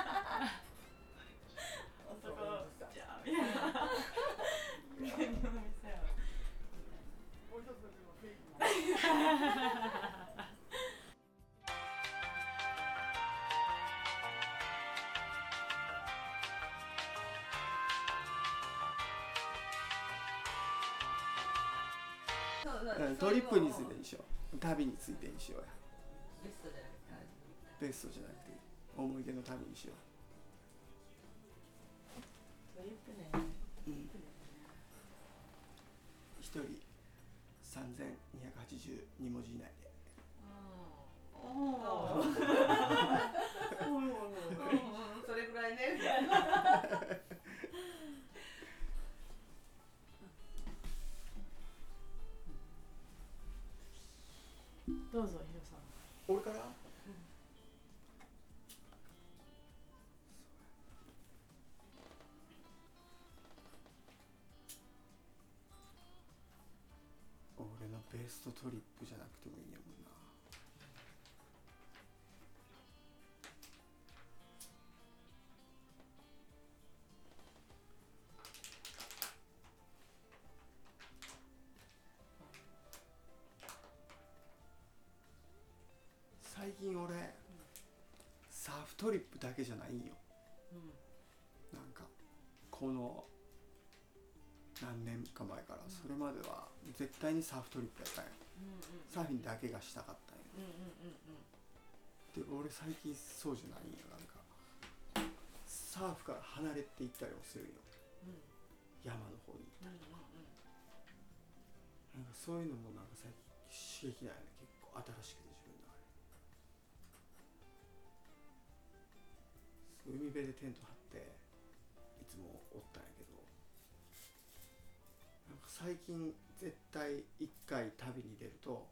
男じゃみたいな。何を見せよう。 もう一つの車フェイク。トリップについてにしよう。旅についてにしようや。 ベストじゃなくてベストじゃなくて思い出の旅にしよトリップね。 う。うん。一人三千二百八十二文字以内で。 おお。それぐらいね。 どうぞヒロさん。 俺から？俺のベストトリップじゃなくてもいいやもんな。最近俺、うん、サーフトリップだけじゃないんよ、うん、なんかこの何年か前から、うん、それまでは絶対にサーフトリップやったんよ、うんうん、サーフィンだけがしたかったんよ、うんうんうんうん、で俺最近そうじゃないんよ。なんかサーフから離れていったりもするんよ、うん、山の方に行ったりとか、うんうんうん、なんかそういうのもなんか最近刺激ないね。結構新しくて海辺でテント張っていつもおったんやけど、なんか最近絶対一回旅に出ると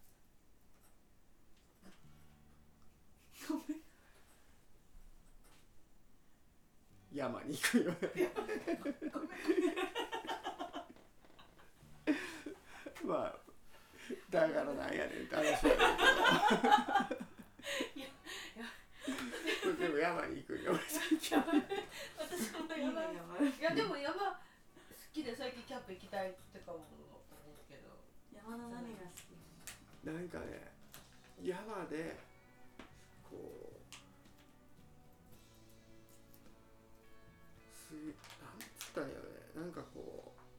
山に行くよねまあだからなんやねんって話やねんけどでも山に行くんよ俺最近私も山いやでも山好きで最近キャンプ行きたいってかも思うけど山の何が好き？ なんかね山でこうすなんつったんやろねなんかこう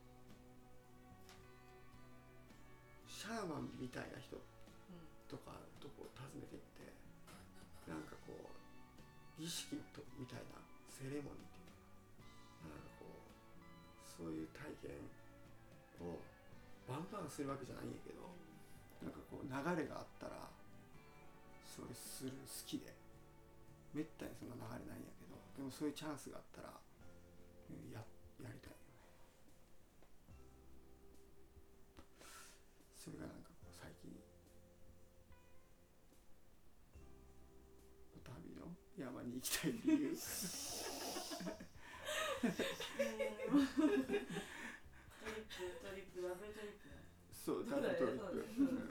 シャーマンみたいな人とかとこ訪ねていってなんかこう儀式とみたいなセレモニーっていうなんかこうそういう体験をバンバンするわけじゃないんやけどなんかこう流れがあったらそれする好きでめったにそんな流れないんやけどでもそういうチャンスがあったらや, やりたいよね。それがなんか最近旅の山に行きたい理由トリップトリップダブルトリップそうダブルトリップ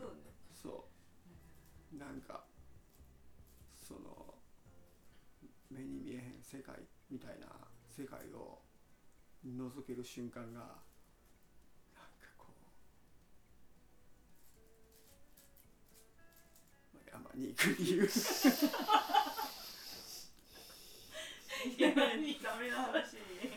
そうなんかその目に見えへん世界みたいな世界を覗ける瞬間がなんかこう山に行く理由山にダメな話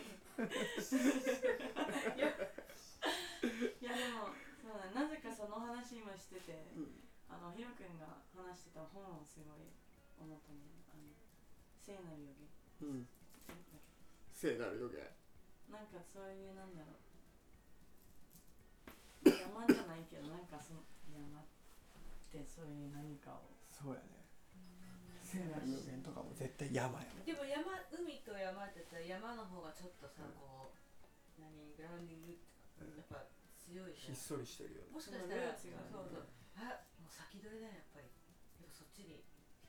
いやでもそうだなぜかその話今してて、うん、あのヒロ君が話してた本をすごい思ったねあの聖なる予言、うん、 聖なる予言なんかそういうなんだろう山じゃないけどなんかその山ってそういう何かをそうやね聖なる予言とかも絶対山やでも山海と山って言ったら山の方がちょっとさ、うん、こう何グラウンディングってやっぱ強いじゃん、 ひっそりしてるよねもしかしたらそうそうそうあもう先取りだよやっぱりやっぱそっちに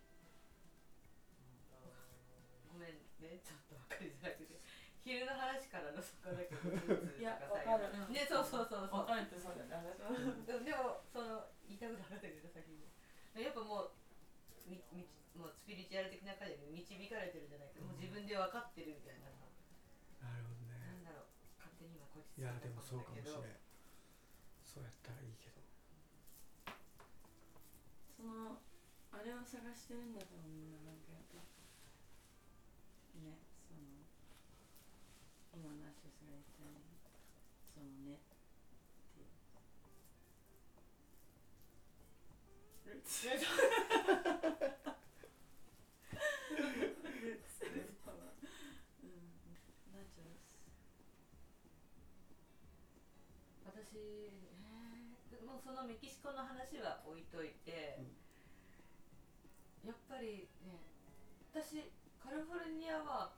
ごめんねちょっと分かりづらくて昼の話からのそこだけどいや分かるねそうそうそうそう分かるってそうだよねでもその言いたくなかったけど先にやっぱもうみみもうスピリチュアル的な感じで導かれてるじゃないけど、うん、もう自分で分かってるみたいななるほどねなんだろう勝手に今こっちいやでもそうかもしれんそうやったらいいけどそのあれを探してるんだと思うみんななんかやっぱねその今ナッシュスが言ったようにそのねっていうルーツルーツパワーうんナチュラス私、えー、もうそのメキシコの話は置いといて、うん、やっぱりね私カリフォルニアは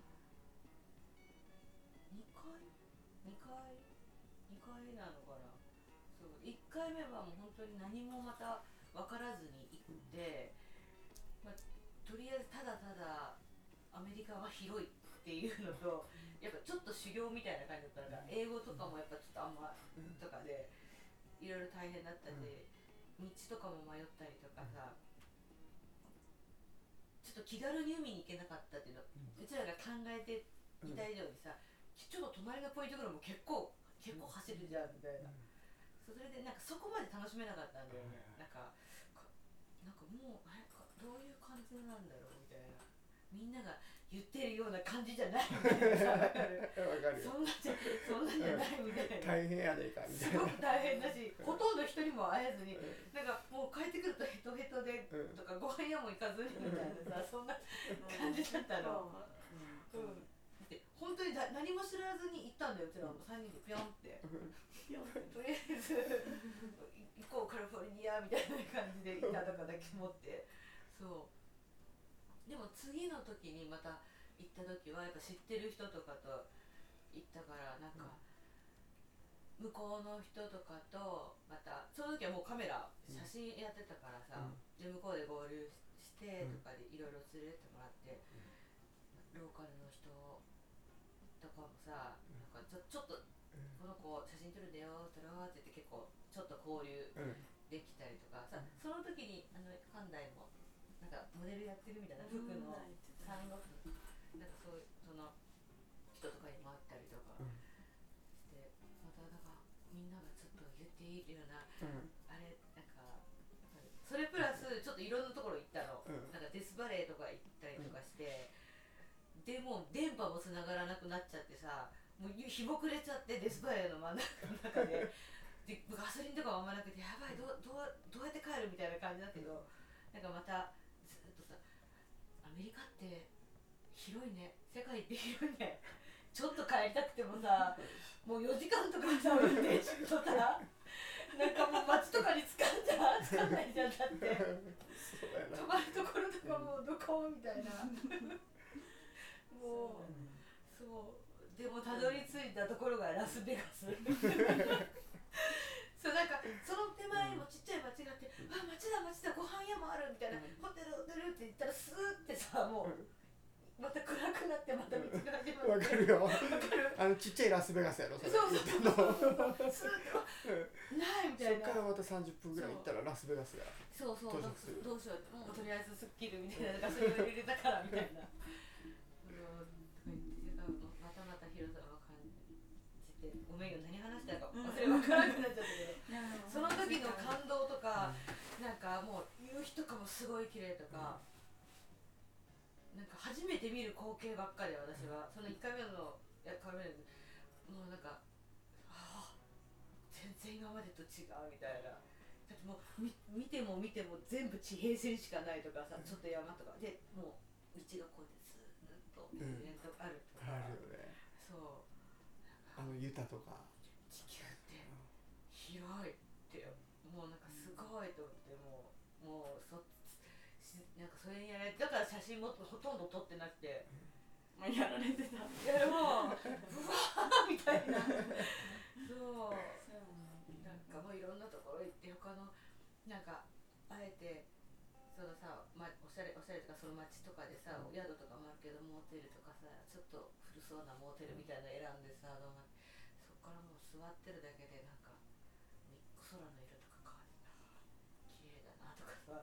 にかいにかいにかいなのかなそういっかいめはもう本当に何もまた分からずに行って、まあ、とりあえずただただアメリカは広いっていうのとやっぱちょっと修行みたいな感じだったから英語とかもやっぱちょっとあんまとかでいろいろ大変だったんで道とかも迷ったりとかさちょっと気軽に海に行けなかったっていうの、うちらが考えていた以上にさちょっと隣のポイントぐらいも結構結構走るじゃんみたいな、それでなんかそこまで楽しめなかったんだよね、なんかなんかもうえどういう感じなんだろうみたいなみんなが言ってるような感じじゃないみたいなわかるそんなんじゃそんなんじゃないみたいな大変やねえかみたいなすごく大変だしほとんど人にも会えずになんかもう帰ってくるとヘトヘトでとかご飯屋も行かずにみたいなさそんな感じだったの、うんうん、で本当にだ何も知らずに行ったんだようちらもさんにんでピョンってピョンってとりあえず行こうカリフォルニアみたいな感じで行ったとかだけ持ってそうでも次の時にまた行った時はやっぱ知ってる人とかと行ったからなんか向こうの人とかとまたその時はもうカメラ写真やってたからさ、うん、で向こうで合流してとかでいろいろ連れてってもらって、うん、ローカルの人とかもさなんかちょ、ちょっとこの子写真撮るんだよ撮ろうって言って結構ちょっと交流できたりとかさ、うん、その時にあの関大もなんかモデルやってるみたいな服の産後なんかそうその人とかにも会ったりとかして、またなんかみんながちょっと言っていいような、うん、あれなんかそれプラスちょっといろんなところ行ったの、うん、なんかデスバレーとか行ったりとかして、うん、でも電波もつながらなくなっちゃってさ、もう日も暮れちゃってデスバレーの真ん中ででガソリンとかもあんまなくて、やばい ど, ど, うどうやって帰るみたいな感じだけど、なんかまたずっとさ、アメリカって広いね、世界って広いね、ちょっと帰りたくてもさ、もうよじかんとかさ運転しとったらなんかもう街とかに着かんじゃん、着かんないじゃん、だって泊まるところとかもうどこみたいなもうそうでもたどり着いたところがラスベガスそうなんかその手前にもちっちゃい町があって、うん、あ町だ町だご飯屋もあるみたいな、うん、ホテルホテルって言ったらスーってさもう、うん、また暗くなってまた道が始まって、 わかるよあのちっちゃいラスベガスやろそれ。 そうそうそうスーってないみたいな。 そっからまたさんじゅっぷんぐらい行ったらラスベガスがそうそうどうしようもうとりあえずスッキリみたいなガソリンを入れたからみたいなまたまた広さを感じて、ごめんよ何話したか忘れ分からなくなっちゃったけどその時の感動とか、なんかもう夕日とかもすごい綺麗とか、なんか初めて見る光景ばっかり私は、そのいっかいめのいやいっかいめのもうなんか、ああ全然今までと違うみたいな。だってもう 見, 見ても見ても全部地平線しかないとかさ、ちょっと山とかでもう道がこうやってずっと延々とあるとか、 あるよね。 そうあのユタとか地球って広いってもうなんかすごいと思って、もうもうそなんかそれにやられて、だから写真もほとんど撮ってなくて、 うん、やられてた。いやもうブワーみたいなそうなんかもういろんなところ行って他のなんかあえてそのさ、ま、おしゃれおしゃれとかその街とかでさ、お宿とかもあるけどモーテルとかさ、ちょっと古そうなモーテルみたいなの選んでさ、どうもそこからもう座ってるだけでなんか空の色とか変わって綺麗だなとかさ、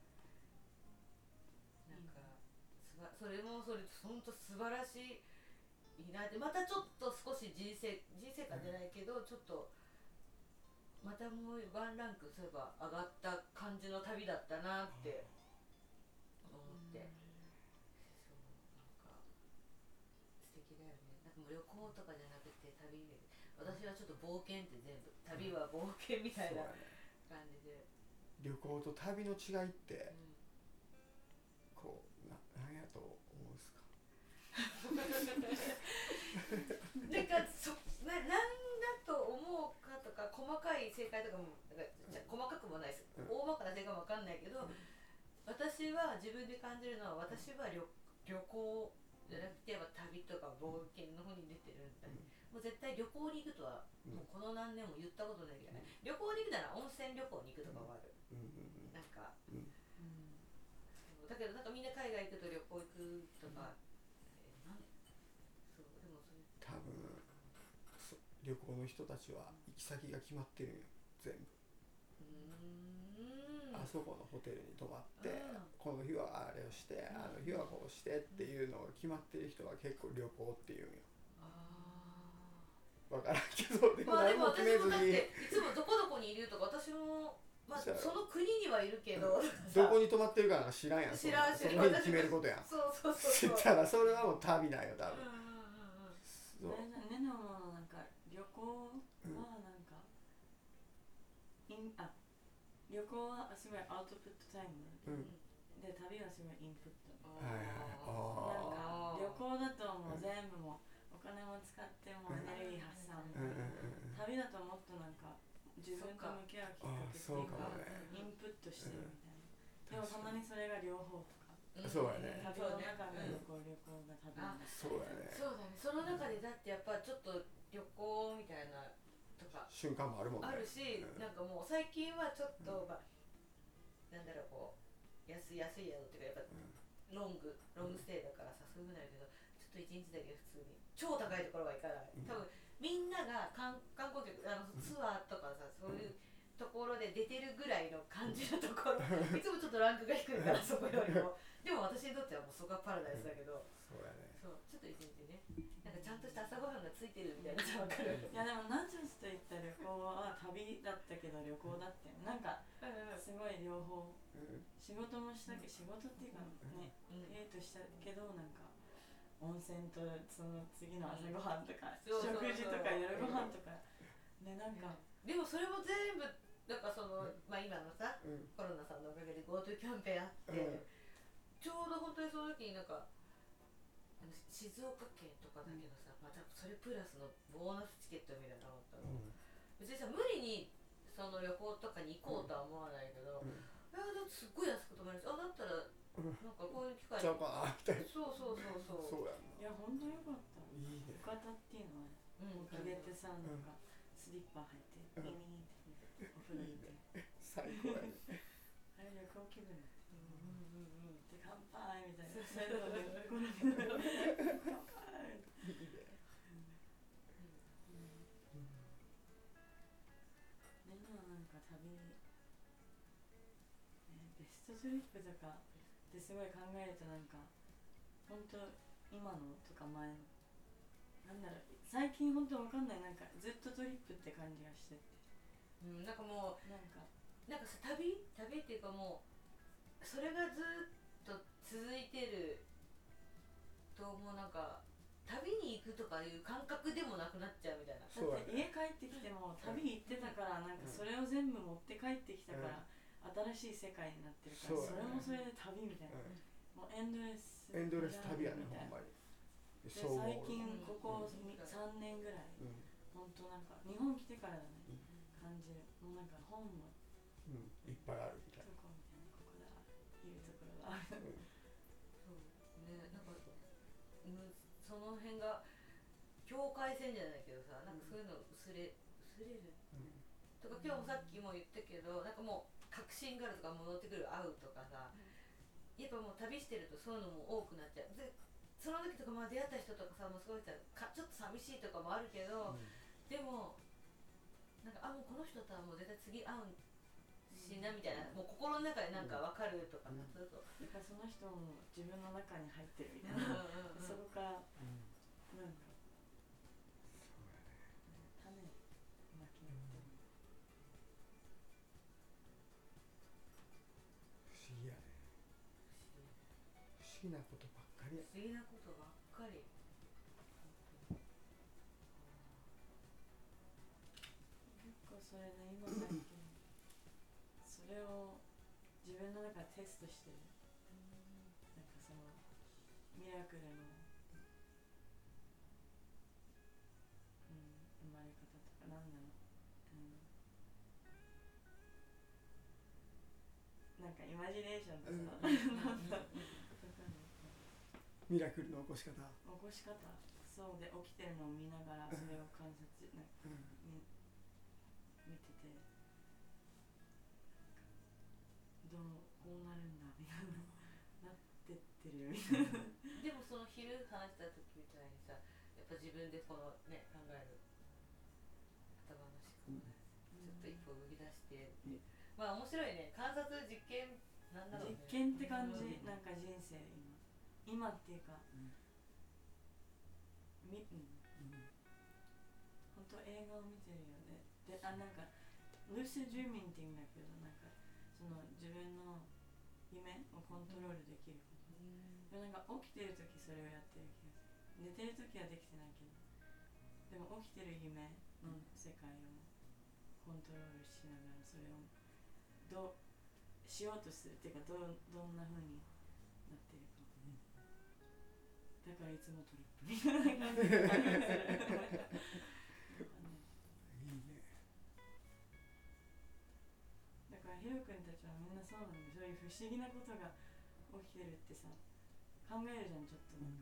なんかすばそれもそれほんと素晴らしいなって、またちょっと少し人生人生観じゃないけどちょっとまたもうワンランクそういえば上がった感じの旅だったなって思って、そうなんか素敵だよね。なんかもう旅行とかじゃなくて旅で、私はちょっと冒険って全部旅は冒険みたいな感じで、 旅行と旅の違いって、うん、こうな何やと思うんですかなんかそななんだと思うかとか細かい正解とかもなんか細かくもないです、うん、大まかな正解も分かんないけど、うん、私は自分で感じるのは、私は 旅, 旅行じゃなくて旅とか冒険の方に出てるんだ、うん、もう絶対旅行に行くとは、もうこの何年も言ったことないけど、ね、うん、旅行に行くなら温泉旅行に行くとかもある、うん、なんか、うんうん、だけどなんかみんな海外行くと旅行行くとか、うん、えなんそうでもそれ多分旅行の人たちは行き先が決まってるよ全部。うーんあそこのホテルに泊まって、この日はあれをして、あの日はこうしてっていうのが決まってる人は結構旅行っていうんよ。あ分からんけど、でも何も決めずに、 いつもどこどこにいるとか私も、まあ、その国にはいるけど、 うん、どこに泊まってるかなんか知らんやん。知らん知らん。その日に決めることやん。 そうそうそうそう。 知ったらそれはもう旅なんよ多分。 うんうんうんうん。そう。ねのもなんか旅行はなんか、うん、インあ旅行はすごいアウトプットタイム、うん、で旅はすごいインプット。はいはい。なんか旅行だともう全部もうお金も使ってもエネルギー発散、うん、旅だともっとなんか自分と向き合うきっかけっていうか、インプットしてるみたいな、うん、でもたまにそれが両方とか、 うん、そうやね、 旅の中で旅行、旅行が旅の中で、 そうやね、 そうだね、その中でだってやっぱちょっと旅行みたいなとか瞬間もあるもんね。 あるし、うん、なんかもう最近はちょっと、まあ、なんだろうこう安い安い宿っていうかやっぱ、うん、ロングロングステイだからさ、そういうふうになるけど、ちょっと一日だけ普通に超高いところはいかない、うん、多分みんなが観光客あのツアーとかさ、そういうところで出てるぐらいの感じのところ、いつもちょっとランクが低いからそこよりもでも私にとってはもうそこがパラダイスだけど、 そうやね、 そうついてるみたいなさ、わかる。 いやでもナチュスと言った旅行は旅だったけど旅行だってなんかすごい両方仕事もしたけど仕事っていうかねデートしたけどなんか温泉とその次の朝ごはんとか食事とか夜ごはんとかねなんかでもそれも全部なんかそのまあ今のさコロナさんのおかげで GoTo キャンペーンあってちょうど本当にその時になんかあの静岡県とかだけどさ、またそれプラスのボーナスチケットみたいなのがあったの、うん、別にさ無理にその旅行とかに行こうとは思わないけど、うん、いやだってすっごい安く泊まれるし、あだったらなんかこういう機会にそうそうそうそうそうやんいや本当よかったいい、ね、浴衣っていうのはね、うん、着れてさなんかスリッパ履いてビニーってお風呂行って最高やねあれ旅行気分で乾杯みたいなそれとねこの乾杯いいねでもなんか旅、ね、ベストトリップとかってすごい考えるとなんか本当今のとか前のなんだろう最近本当わかんないなんかずっとトリップって感じがしてて、 うん、なんかもうなんかなんかさ旅旅っていうかもうそれがずっと続いてるともうなんか旅に行くとかいう感覚でもなくなっちゃうみたいな。 だって家帰ってきても旅行ってたからなんかそれを全部持って帰ってきたから新しい世界になってるからそれもそれで旅みたいな、もうエンドレスエンドレス旅やねほんまに。 で最近ここさんねんぐらい本当なんか日本来てからだね感じるもうなんか本もうんいっぱいあるみたいな。 ここみたいなここだいるところがある。 そうねなんかその辺が境界線じゃないけどさなんかそういうの薄れ薄れる、うん、とか今日もさっきも言ったけどなんかもう確信があるとか戻ってくる会うとかさ、うん、やっぱもう旅してるとそういうのも多くなっちゃうでその時とかまあ出会った人とかさもうすごいさかちょっと寂しいとかもあるけど、うん、でもなんかあもうこの人とはもう絶対次会うしなみたいな、もう心の中でなんか分かるとかさ、うん、そうそうやっぱその人も自分の中に入ってるみたいなそこから、うん、なんかそうやね種まきにってる、 不思議やね不思議なことばっかりや不思議なことばっかり結構それね今最近それを自分の中でテストしてる、うん、なんかそのミラクルの、うん、生まれ方とかなんだろう、うん、なんかイマジネーションとさ、うん、 ミラクルの起こし方起こし方そうで起きてるのを見ながらそれを観察なんか、うん、見ててどうこうなるんだみたいななってってるみたいなでもその昼話した時みたいにさやっぱ自分でこのね考える頭の思考で、うん、ちょっと一歩動き出してって、うん、まあ面白いね観察実験なんだろうね実験って感じ、うん、なんか人生今今っていうか、うんみうんうん、本当映画を見てるよねであなんかルーシー・ドリーミングって言うんだけどなんかその自分の夢をコントロールできること、うん、でもなんか起きてる時それをやってる気がする寝てる時はできてないけどでも起きてる夢の世界をコントロールしながらそれをどうしようとするっていうかどうどんな風になってるか、うん、だからいつもトリップみたいな感じがするいいねだからヒロ君たちはみんなそうなんでそういう不思議なことが起きてるってさ考えるじゃんちょっと、うん、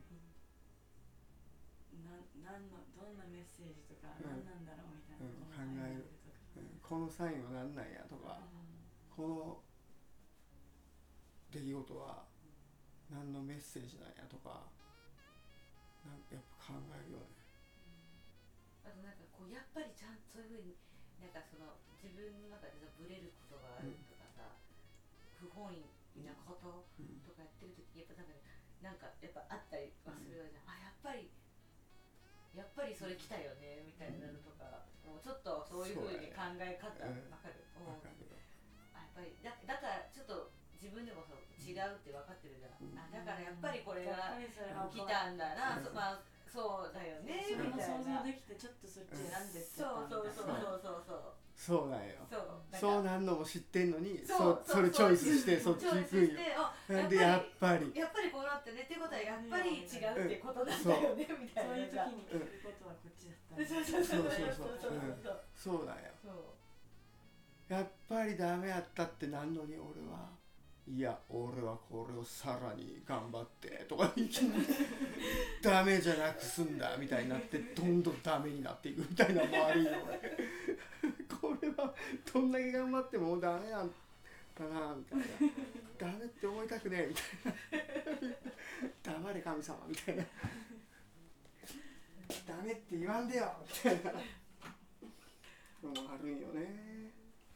ななんのどんなメッセージとか、うん、何なんだろうみたいな、 うん、考える、うん、このサインは何なんやとか、うん、この出来事は何のメッセージなんやとかなんやっぱ考えるよね、 うん、あとなんかこうやっぱりちゃんとそういうふうになんかその自分の中でさブレることがあるとかさ、うん、不本意なこととかやってる時やっぱなんか、ね、なんかやっぱあったりはするじゃん、うん、あやっぱりやっぱりそれ来たよねみたいなのとか、もうちょっとそういう風に考え方わ、 うんかる、うんわかるよ。 あやっぱりだだからちょっと自分でもそう違うって分かってるじゃん、 うんあだからやっぱりこれがやっぱりそれは来たんだな、 うんそまあそうだよねそれもみたいな、 想像できてちょっとそっち選んでってそうそうそううそうそうそうそうなんよ。 そうそうなんのも知ってんのに、 そうそそれチョイスしてそっち行くんよ。 あなんでやっぱりやっぱりこうなってねってことはやっぱり違うってことなんだよねみたいなそういう時に聞くことはこっちだったんだそうそうそうそうそうそうそうそうなんよ。 そうやっぱりダメやったってなんのに俺はいや俺はこれをさらに頑張ってとかいきなりダメじゃなくすんだみたいになってどんどんダメになっていくみたいなのもあるよ俺これはどんだけ頑張ってもダメなんだなみたいなダメって思いたくねえみたいな黙れ神様みたいなダメって言わんでよみたいなのもあるんよね。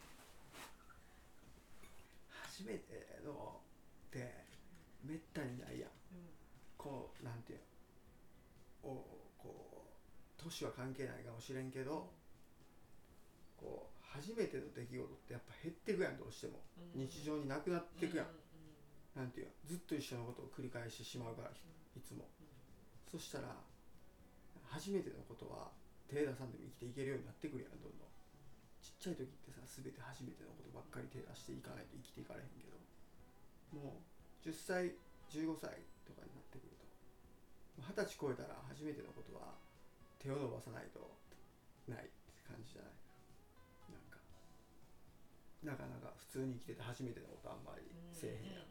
初めてのってめったにないやん、 うん、 こうなんていうのおこう年は関係ないかもしれんけど、こう初めての出来事ってやっぱ減ってくやんどうしても、 うん、 日常になくなってくやん、 うんなんていうのずっと一緒のことを繰り返してしまうからいつも、そしたら初めてのことは手出さんでも生きていけるようになってくるやんどんどん。ちっちゃい時ってさ全て初めてのことばっかり手出していかないと生きていかれへんけど、もうじゅっさいじゅうごさいとかになってくるとはたち超えたら初めてのことは手を伸ばさないとないって感じじゃない。なんかなかなか普通に生きてて初めてのことあんまりせえへんやん、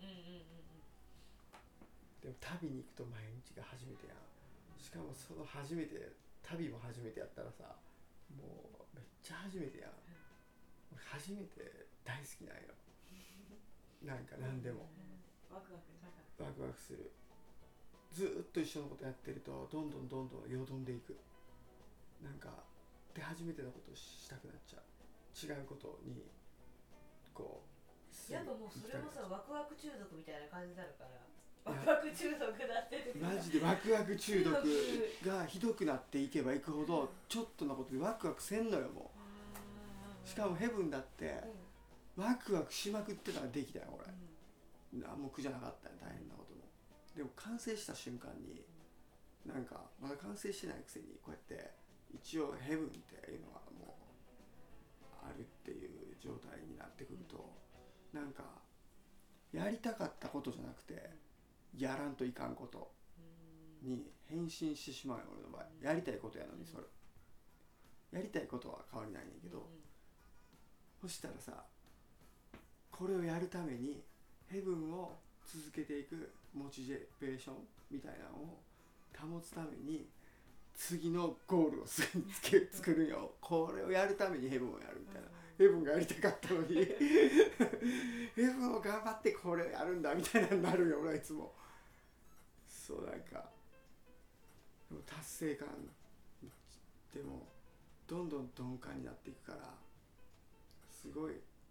でも旅に行くと毎日が初めてやん。しかもその初めて旅も初めてやったらさもうめっちゃ初めてやん。俺初めて大好きなんよ。なんか何でもワクワクワクワクする。ずっと一緒のことやってるとどんどんどんどんよどんでいく。なんかで初めてのことをしたくなっちゃう。違うことにこうやっぱもうそれもさワクワク中毒みたいな感じになるからワいやクワク中毒だってるマジでワクワク中毒がひどくなっていけばいくほどちょっとのことでワクワクせんのよもう。しかもヘブンだってワクワクしまくってたらできたよ俺。何も苦じゃなかったよ大変なことも。でも完成した瞬間になんかまだ完成してないくせにこうやって一応ヘブンっていうのがもうあるっていう状態になってくるとなんかやりたかったことじゃなくてやらんといかんことに変身してしまうよ俺の場合。やりたいことやのにそれやりたいことは変わりないねんけど、そしたらさこれをやるためにヘブンを続けていくモチベーションみたいなのを保つために次のゴールをすぐにつけ作るよ。これをやるためにヘブンをやるみたいな。ヘブンがやりたかったのにヘブンを頑張ってこれをやるんだみたいなになるよ俺はいつも。そうなんかでも達成感でもどんどん鈍感になっていくからすごい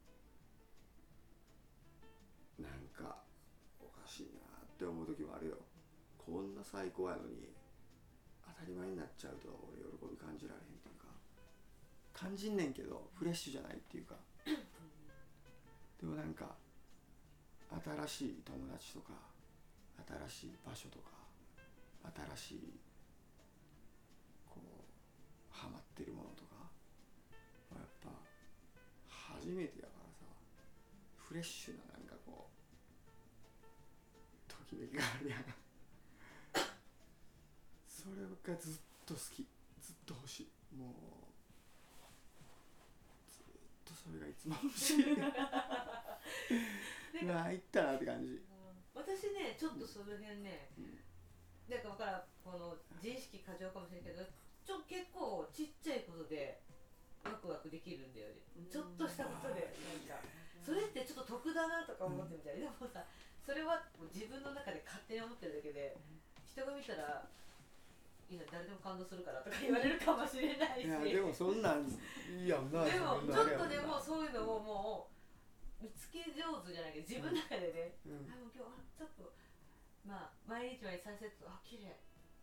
なんかおかしいなって思う時もあるよ。こんな最高やのに当たり前になっちゃうと俺喜び感じられへんっていうか感じんねんけどフレッシュじゃないっていうかでもなんか新しい友達とか新しい場所とか新しいこうハマってるものとかやっぱ初めてやからさフレッシュななんかこうときめきがあるやんそれがずっと好きずっと欲しいもうずっとそれがいつも欲しいうわ行ったなって感じ。 私ねちょっとその辺ね、 うん、 だからこの自意識過剰かもしれないけどちょ結構ちっちゃいことでワクワクできるんだよね。ちょっとしたことでなんかそれってちょっと得だなとか思ってみたい、うん、でもさそれは自分の中で勝手に思ってるだけで人が見たらいや誰でも感動するからとか言われるかもしれないしいやでもそんなんいいやんな。 でもちょっとでもそういうのをもう見つけ上手じゃないけど自分の中でね、うん、あもう今日ちょっとまあ毎日毎日サンセットあ綺麗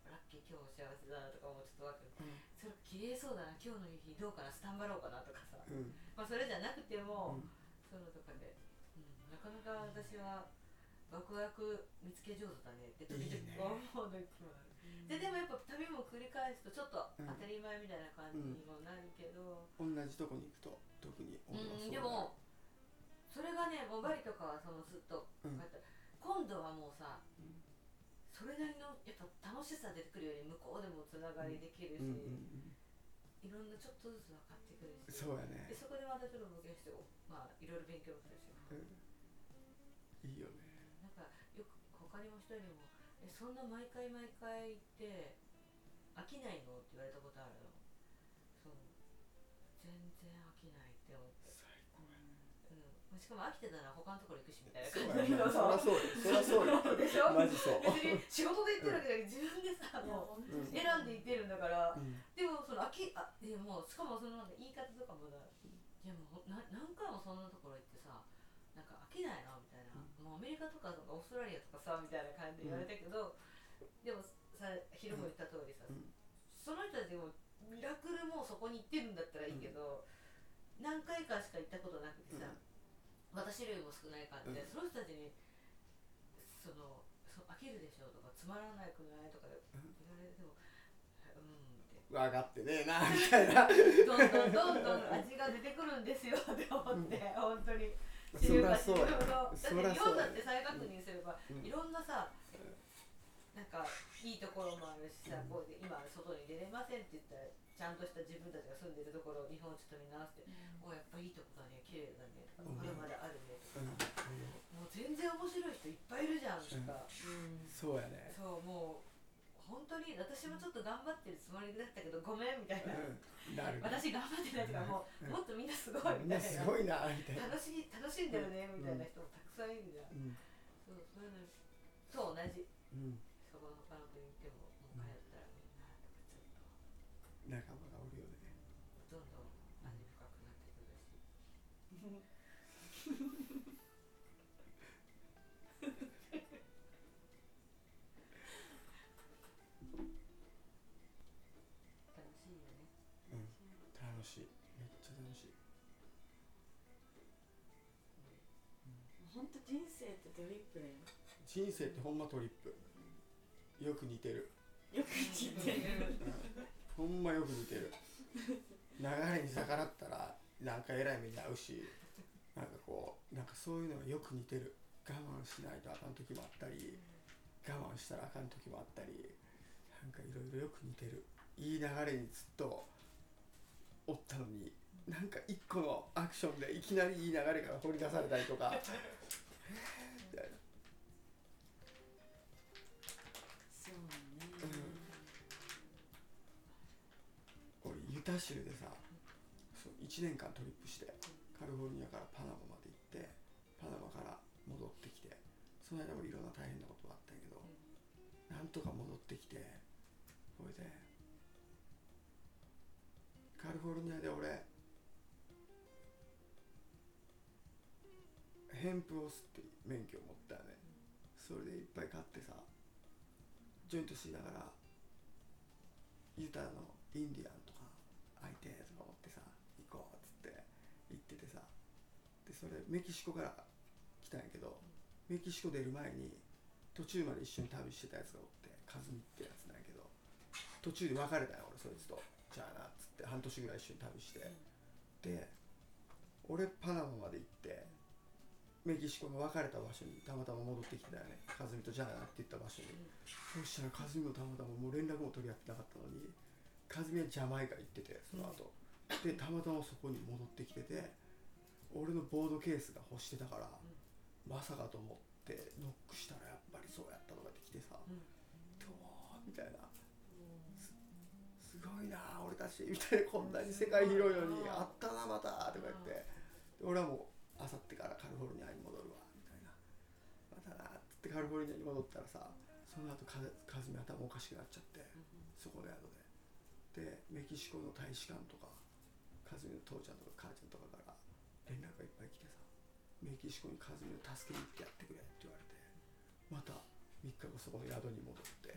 ラッキー今日幸せだなとか思うちょっとわかる、 うんそれ綺麗そうだな今日の日どうかなスタンバろうかなとかさ、 うんまあそれじゃなくても、 うんそういうのとかで、うん、なかなか私はワクワク見つけ上手だねって時々思う時もある。ででもやっぱ旅も繰り返すとちょっと当たり前みたいな感じにもなるけど、 同じとこに行くと特に俺はうん、 そうでもそれがねもうバリとかはそのずっとこうやって、今度はもうさ、 うんそれなりのやっぱ楽しさ出てくるように向こうでもつながりできるし、 うんうんうんいろんなちょっとずつ分かってくるし、 そうやねでそこでまたちょっと冒険してまあいろいろ勉強するし、 うんいいよねなんかよく他にも一人にもえそんな毎回毎回行って飽きないのって言われたことあるの。そう全然飽きないって思って、 最高やねうん、しかも飽きてたら他のところ行くしみたいなそう感じやねそらそうよそらそうよでしょマジそう別に仕事で行ってるわけだけど自分でさもううん選んで行ってるんだから、 うんでもその飽きあでもしかもそのなんか言い方とかもだいやもうな何回もそんなところ行ってさなんか飽きないのみたいな、もうアメリカとかオーストラリアとかさみたいな感じで言われたけど、でもさ昼も言った通りさ、 うんその人たちもミラクルもうそこに行ってるんだったらいいけど、何回かしか行ったことなくてさ、また種類も少ない感じで、その人たちにそのそ飽きるでしょとかつまらなくないとか言われても、うんって分かってねえなみたいなどんどんどんどん味が出てくるんですよって思って、本当にそりゃそうやだってそりゃ日そうや本だって再確認すれば、 うんいろんなさなんかいいところもあるしさ、こうで今外に出れませんって言ったらちゃんとした自分たちが住んでるところを日本をちょっと見直して、おやっぱいいとこだね綺麗だねとか、まだまだあるねとか、もう全然面白い人いっぱいいるじゃんとか、 そうやねそうもう本当に私もちょっと頑張ってるつもりだったけどごめんみたいな、 なる私頑張ってないとかもう、もっとみんなすごいみんみたいな、 なすごいなみたいな楽しい楽しんでるねみたいな人もたくさんいるじゃん、 うんそうそういうのと同じ、 うんそこの他の国行ってももう帰ったらみんなとかちょっと仲間がおるよねどんどん味深くなってくるし、楽しいよね。 うん楽しいめっちゃ楽しいほんと人生ってトリップだよ。 人生ってほんまトリップよく似てるよく聞いてる。 ほんまよく似てる流れに逆らったらなんかえらい目に遭うしなんかこうなんかそういうのがよく似てる我慢しないとあかん時もあったり我慢したらあかん時もあったりなんかいろいろよく似てるいい流れにずっとおったのになんか一個のアクションでいきなりいい流れから掘り出されたりとかみたいなそうね。 俺ユタ州でさそういちねんかんトリップしてカリフォルニアからパナマまで行ってパナマから戻ってきてその間もいろんな大変なことがあったんやけど、なんとか戻ってきてこれでカリフォルニアで俺ヘンプを吸って免許を持ったよね、それでいっぱい買ってさジョイントしながらユタのインディアンとか相手とか持ってさ行こうっつって行っててさでそれメキシコから来たんやけどメキシコ出る前に途中まで一緒に旅してたやつがおってカズミってやつなんやけど途中で別れたよ俺そいつとじゃあなっつって半年ぐらい一緒に旅してで俺パナマまで行ってメキシコの別れた場所にたまたま戻ってきてたよねカズミとじゃあなって言った場所に、そしたらカズミもたまたまもう連絡も取り合ってなかったのにカズミはジャマイカ行っててその後、でたまたまそこに戻ってきてて俺のボードケースが欲してたから、まさかと思ってノックしたらやっぱりそうやったのができてさ、どうみたいな す, すごいな俺たちみたいなこんなに世界広いのにあったなまたとか言ってで俺はもうあさってからカリフォルニアに戻るわみたいなまたなっつってカリフォルニアに戻ったらさその後カズミ頭おかしくなっちゃってそこの宿ででメキシコの大使館とかカズミの父ちゃんとか母ちゃんとかから連絡がいっぱい来てさメキシコにカズミを助けに行ってやってくれって言われてまたみっかごそこの宿に戻って、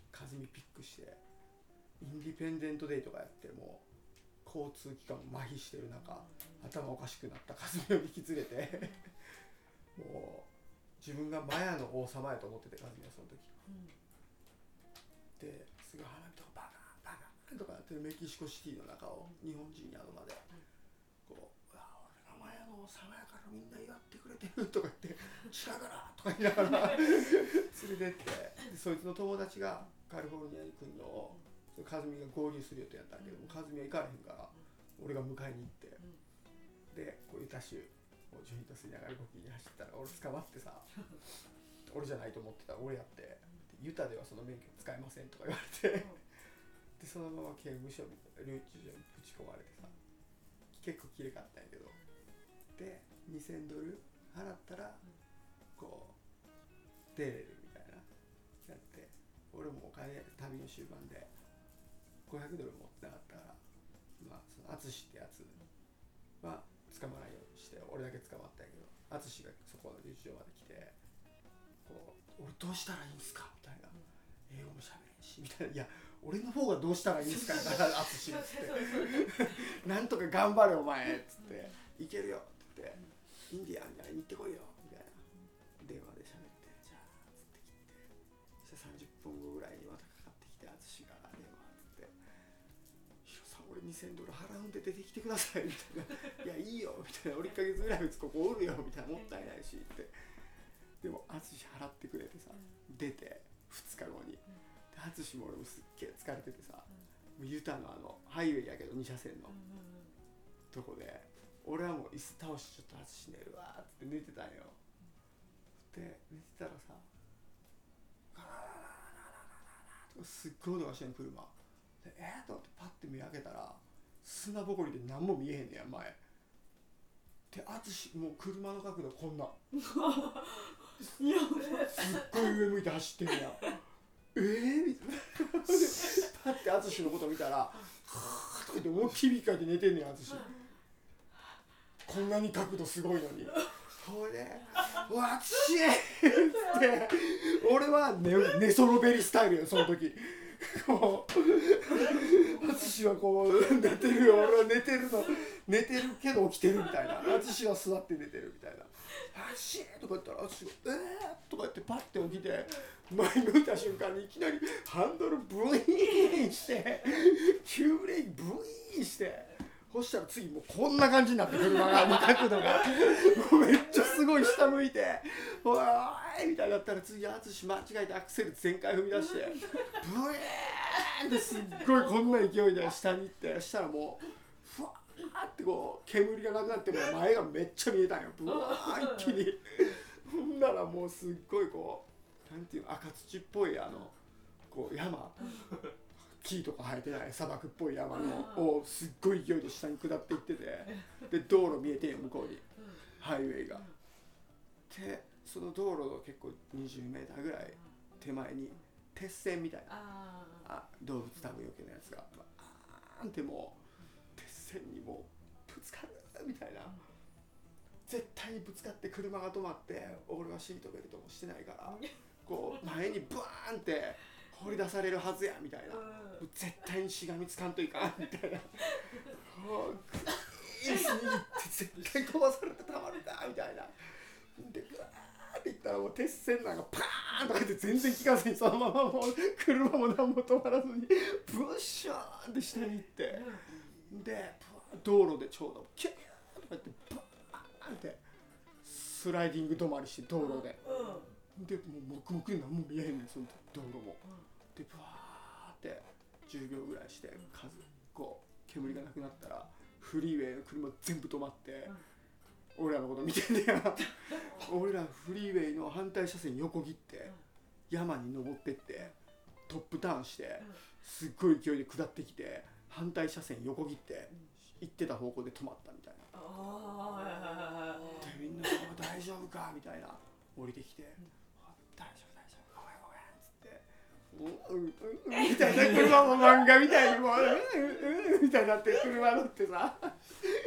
和美ピックしてインディペンデントデイとかやっても交通機関麻痺してる中、頭おかしくなった和美を引き連れてもう自分がマヤの王様やと思ってて、和美はその時、うん、ですぐ花火とかバカンバカンとかやってるメキシコシティの中を日本人宿までこう、うわ俺がマヤの王様やからみんな祝ってくれてるとか言って違うからとか言いながら連れてってでそいつの友達がカリフォルニアに来るのを和美が合流する予定やったんだけども、和美は行かれへんから俺が迎えに行って、でこういうタシュをジュヒと吸いながらゴキに走ったら俺捕まってさ俺じゃないと思ってたら俺やって、ユタではその免許使えませんとか言われてでそのまま刑務所留置所にぶち込まれてさ、結構きれかったんやけど、でにせんドル払ったらこう出れるみたいなやって、俺もお金旅の終盤でごひゃくドル持ってなかったから、まあその淳ってやつは捕まらないようにして俺だけ捕まったんやけど、淳がそこの留置場まで来てこう俺どうしたらいいんすかみたいな、英語も喋れんしみたいな、いや俺の方がどうしたらいいんですかだから淳っつってなんとか頑張れお前っつっていけるよって言ってインディアンに会いに行ってこいよみたいな電話で喋って、じゃあつって切って、そしたらさんじゅっぷんごぐらいにまたかかってきて淳が電話つって、ヒロさん俺にせんドル払うんで出てきてくださいみたいな、いやいいよみたいな、俺いっかげつぐらいここおるよみたいな、もったいないしって、でも淳払ってくれてさ、出てふつかごに淳も俺もすっげえ疲れててさ、もうユタのあのハイウェイやけどに車線のとこで俺はもう椅子倒してちょっと淳寝るわーって寝てたんよ。で寝てたらさガラガラガラガラガラとかすっごい音がしてんの車で、えーと思ってパッて目開けたら砂ぼこりで何も見えへんねや前で、淳もう車の角度こんないやすっごい上向いて走ってんやえーみたいなパッて淳のこと見たらはぁとか言って思いっきり響かいて寝てんねん淳、こんなに角度すごいのにほいで「うわ淳!」って俺は 寝, 寝そろべりスタイルよその時こう淳はこう寝てるよ、俺は寝てるの寝てるけど起きてるみたいな、淳は座って寝てるみたいな、淳とか言ったら淳が「えー!」とか言ってパッて起きて前向いた瞬間にいきなりハンドルブイーンして急ブレーキブイーンして、そしたら次もうこんな感じになって車が角度がもうめっちゃすごい下向いて「おいおい!」みたいになったら次淳間違えてアクセル全開踏み出してブイーンってすっごいこんな勢いで下に行って、そしたらもうふわーってこう煙がなくなって前がめっちゃ見えたんよ、ブワー一気にほんならもうすっごいこうなんていうの赤土っぽいあのこう山木とか生えてない砂漠っぽい山のをすっごい勢いで下に下っていってて、で道路見えて向こうにハイウェイがで、その道路の結構にじゅうメーターぐらい手前に鉄線みたいなあ動物多分よけのやつがバーンってもう鉄線にもうぶつかるみたいな、絶対にぶつかって車が止まって俺はシートベルトもしてないからこう前にブワーンって放り出されるはずやみたいな、絶対にしがみつかんといかんみたいなもうグイーンスに行って絶対飛ばされてたまるかみたいなでグワーっていったらもう鉄線なんかパーンとかって全然効かずにそのままもう車も何も止まらずにブッシャーンって下に行ってで道路でちょうどキューとか言ってバーンってスライディング止まりして道路ででもう黙々に何も見えへんねんその道路もでブワーってじゅうびょうぐらいして数こう煙がなくなったらフリーウェイの車全部止まって、うん、俺らのこと見てんねや俺らフリーウェイの反対車線横切って山に登ってってトップターンしてすっごい勢いで下ってきて反対車線横切って行ってた方向で止まったみたいなでみんな大丈夫かみたいな降りてきて、うん大丈夫大丈夫ごめんごめんっつってうんうんうんみたいな車も漫画みたいにもううんうんみたいになって車乗ってさや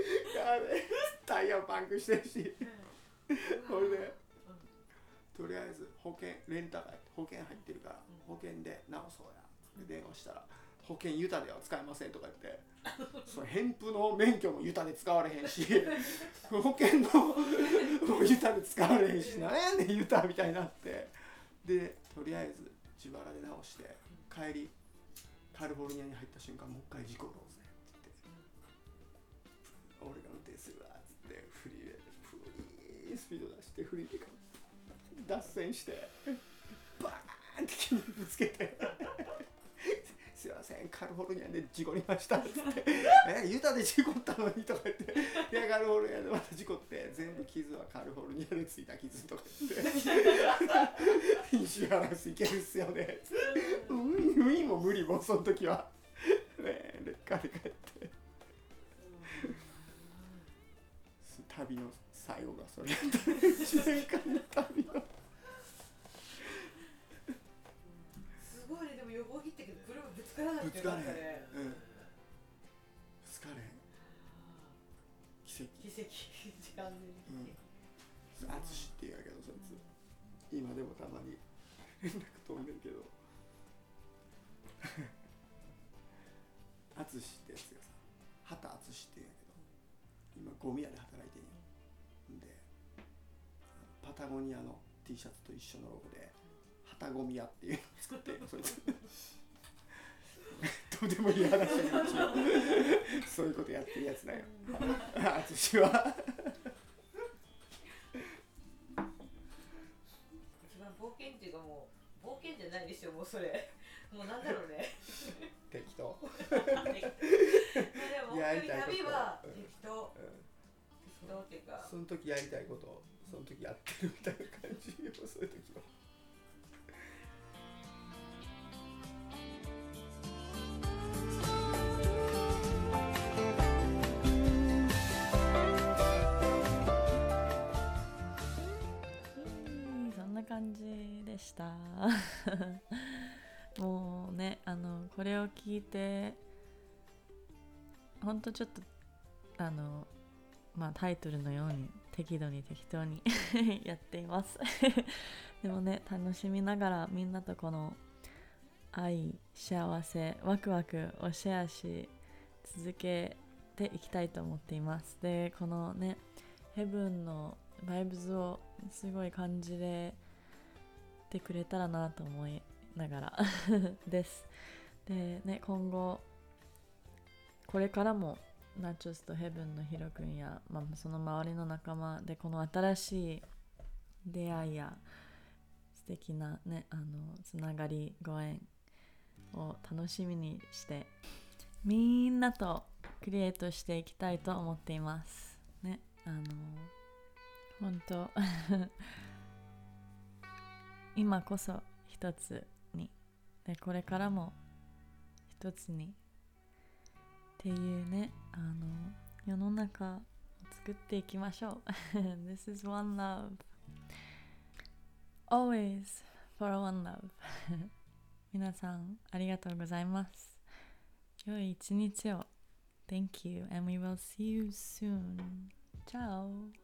べタイヤパンクしてるしそれでとりあええず保険レンタカー保険入ってるから保険で直そうやって電話したら、保険ユタでは使えませんとか言ってそれ返付の免許もユタで使われへんし保険のもユタで使われへんしなんやねんユタみたいになって、でとりあえず自腹で直して帰りカリフォルニアに入った瞬間もう一回事故ろうぜって言って、俺が運転するわっつってフリーでフリースピード出してフリーで脱線してバーンって木にぶつけてすいませんカリフォルニアで事故りましたっつってえユタで事故ったのにとか言っていやカリフォルニアでまた事故って全部傷はカリフォルニアでついた傷とか言ってインシュアランスいけるっすよねっつってウィンウィンも無理もその時はねレッカーで帰って旅の最後がそれだったいちねんかんの旅のすごいね。でも予防切ってけど車ぶつからなくてよかったね。 うんぶつかれへん奇跡奇跡時間でうんあつしって言うんやけどそいつ、今でもたまに連絡飛んでるけどあつしってやつがさ畑あつしって言うんやけど今ゴミ屋で働いてんよ。でパタゴニアの T シャツと一緒のロゴで旗ゴミ屋っていうのを作ってんのそいつとてもいい話だけどそういうことやってるやつだよあつしは一番冒険っていうかもう冒険じゃないでしょもうそれもうなんだろうね適当でも本当に旅は適当、 うん適当っていうかその時やりたいことをその時やってるみたいな感じよそういう時は。 そんな感じでしたもうねあのこれを聞いてほんとちょっとあのまあタイトルのように適度に適当にやっていますでもね楽しみながらみんなとこの愛幸せワクワクをシェアし続けていきたいと思っています。でこのねヘブンのバイブズをすごい感じれてくれたらなと思いながらですでね今後これからもナチョスとヘブンのヒロ君や、まあ、その周りの仲間でこの新しい出会いや素敵なねあのつながりご縁を楽しみにしてみんなとクリエイトしていきたいと思っていますね。あの本当今こそ一つにでこれからも一つにっていうねあの世の中を作っていきましょうThis is one love Always for one love 皆さんありがとうございます。良い一日を Thank you and we will see you soon. Ciao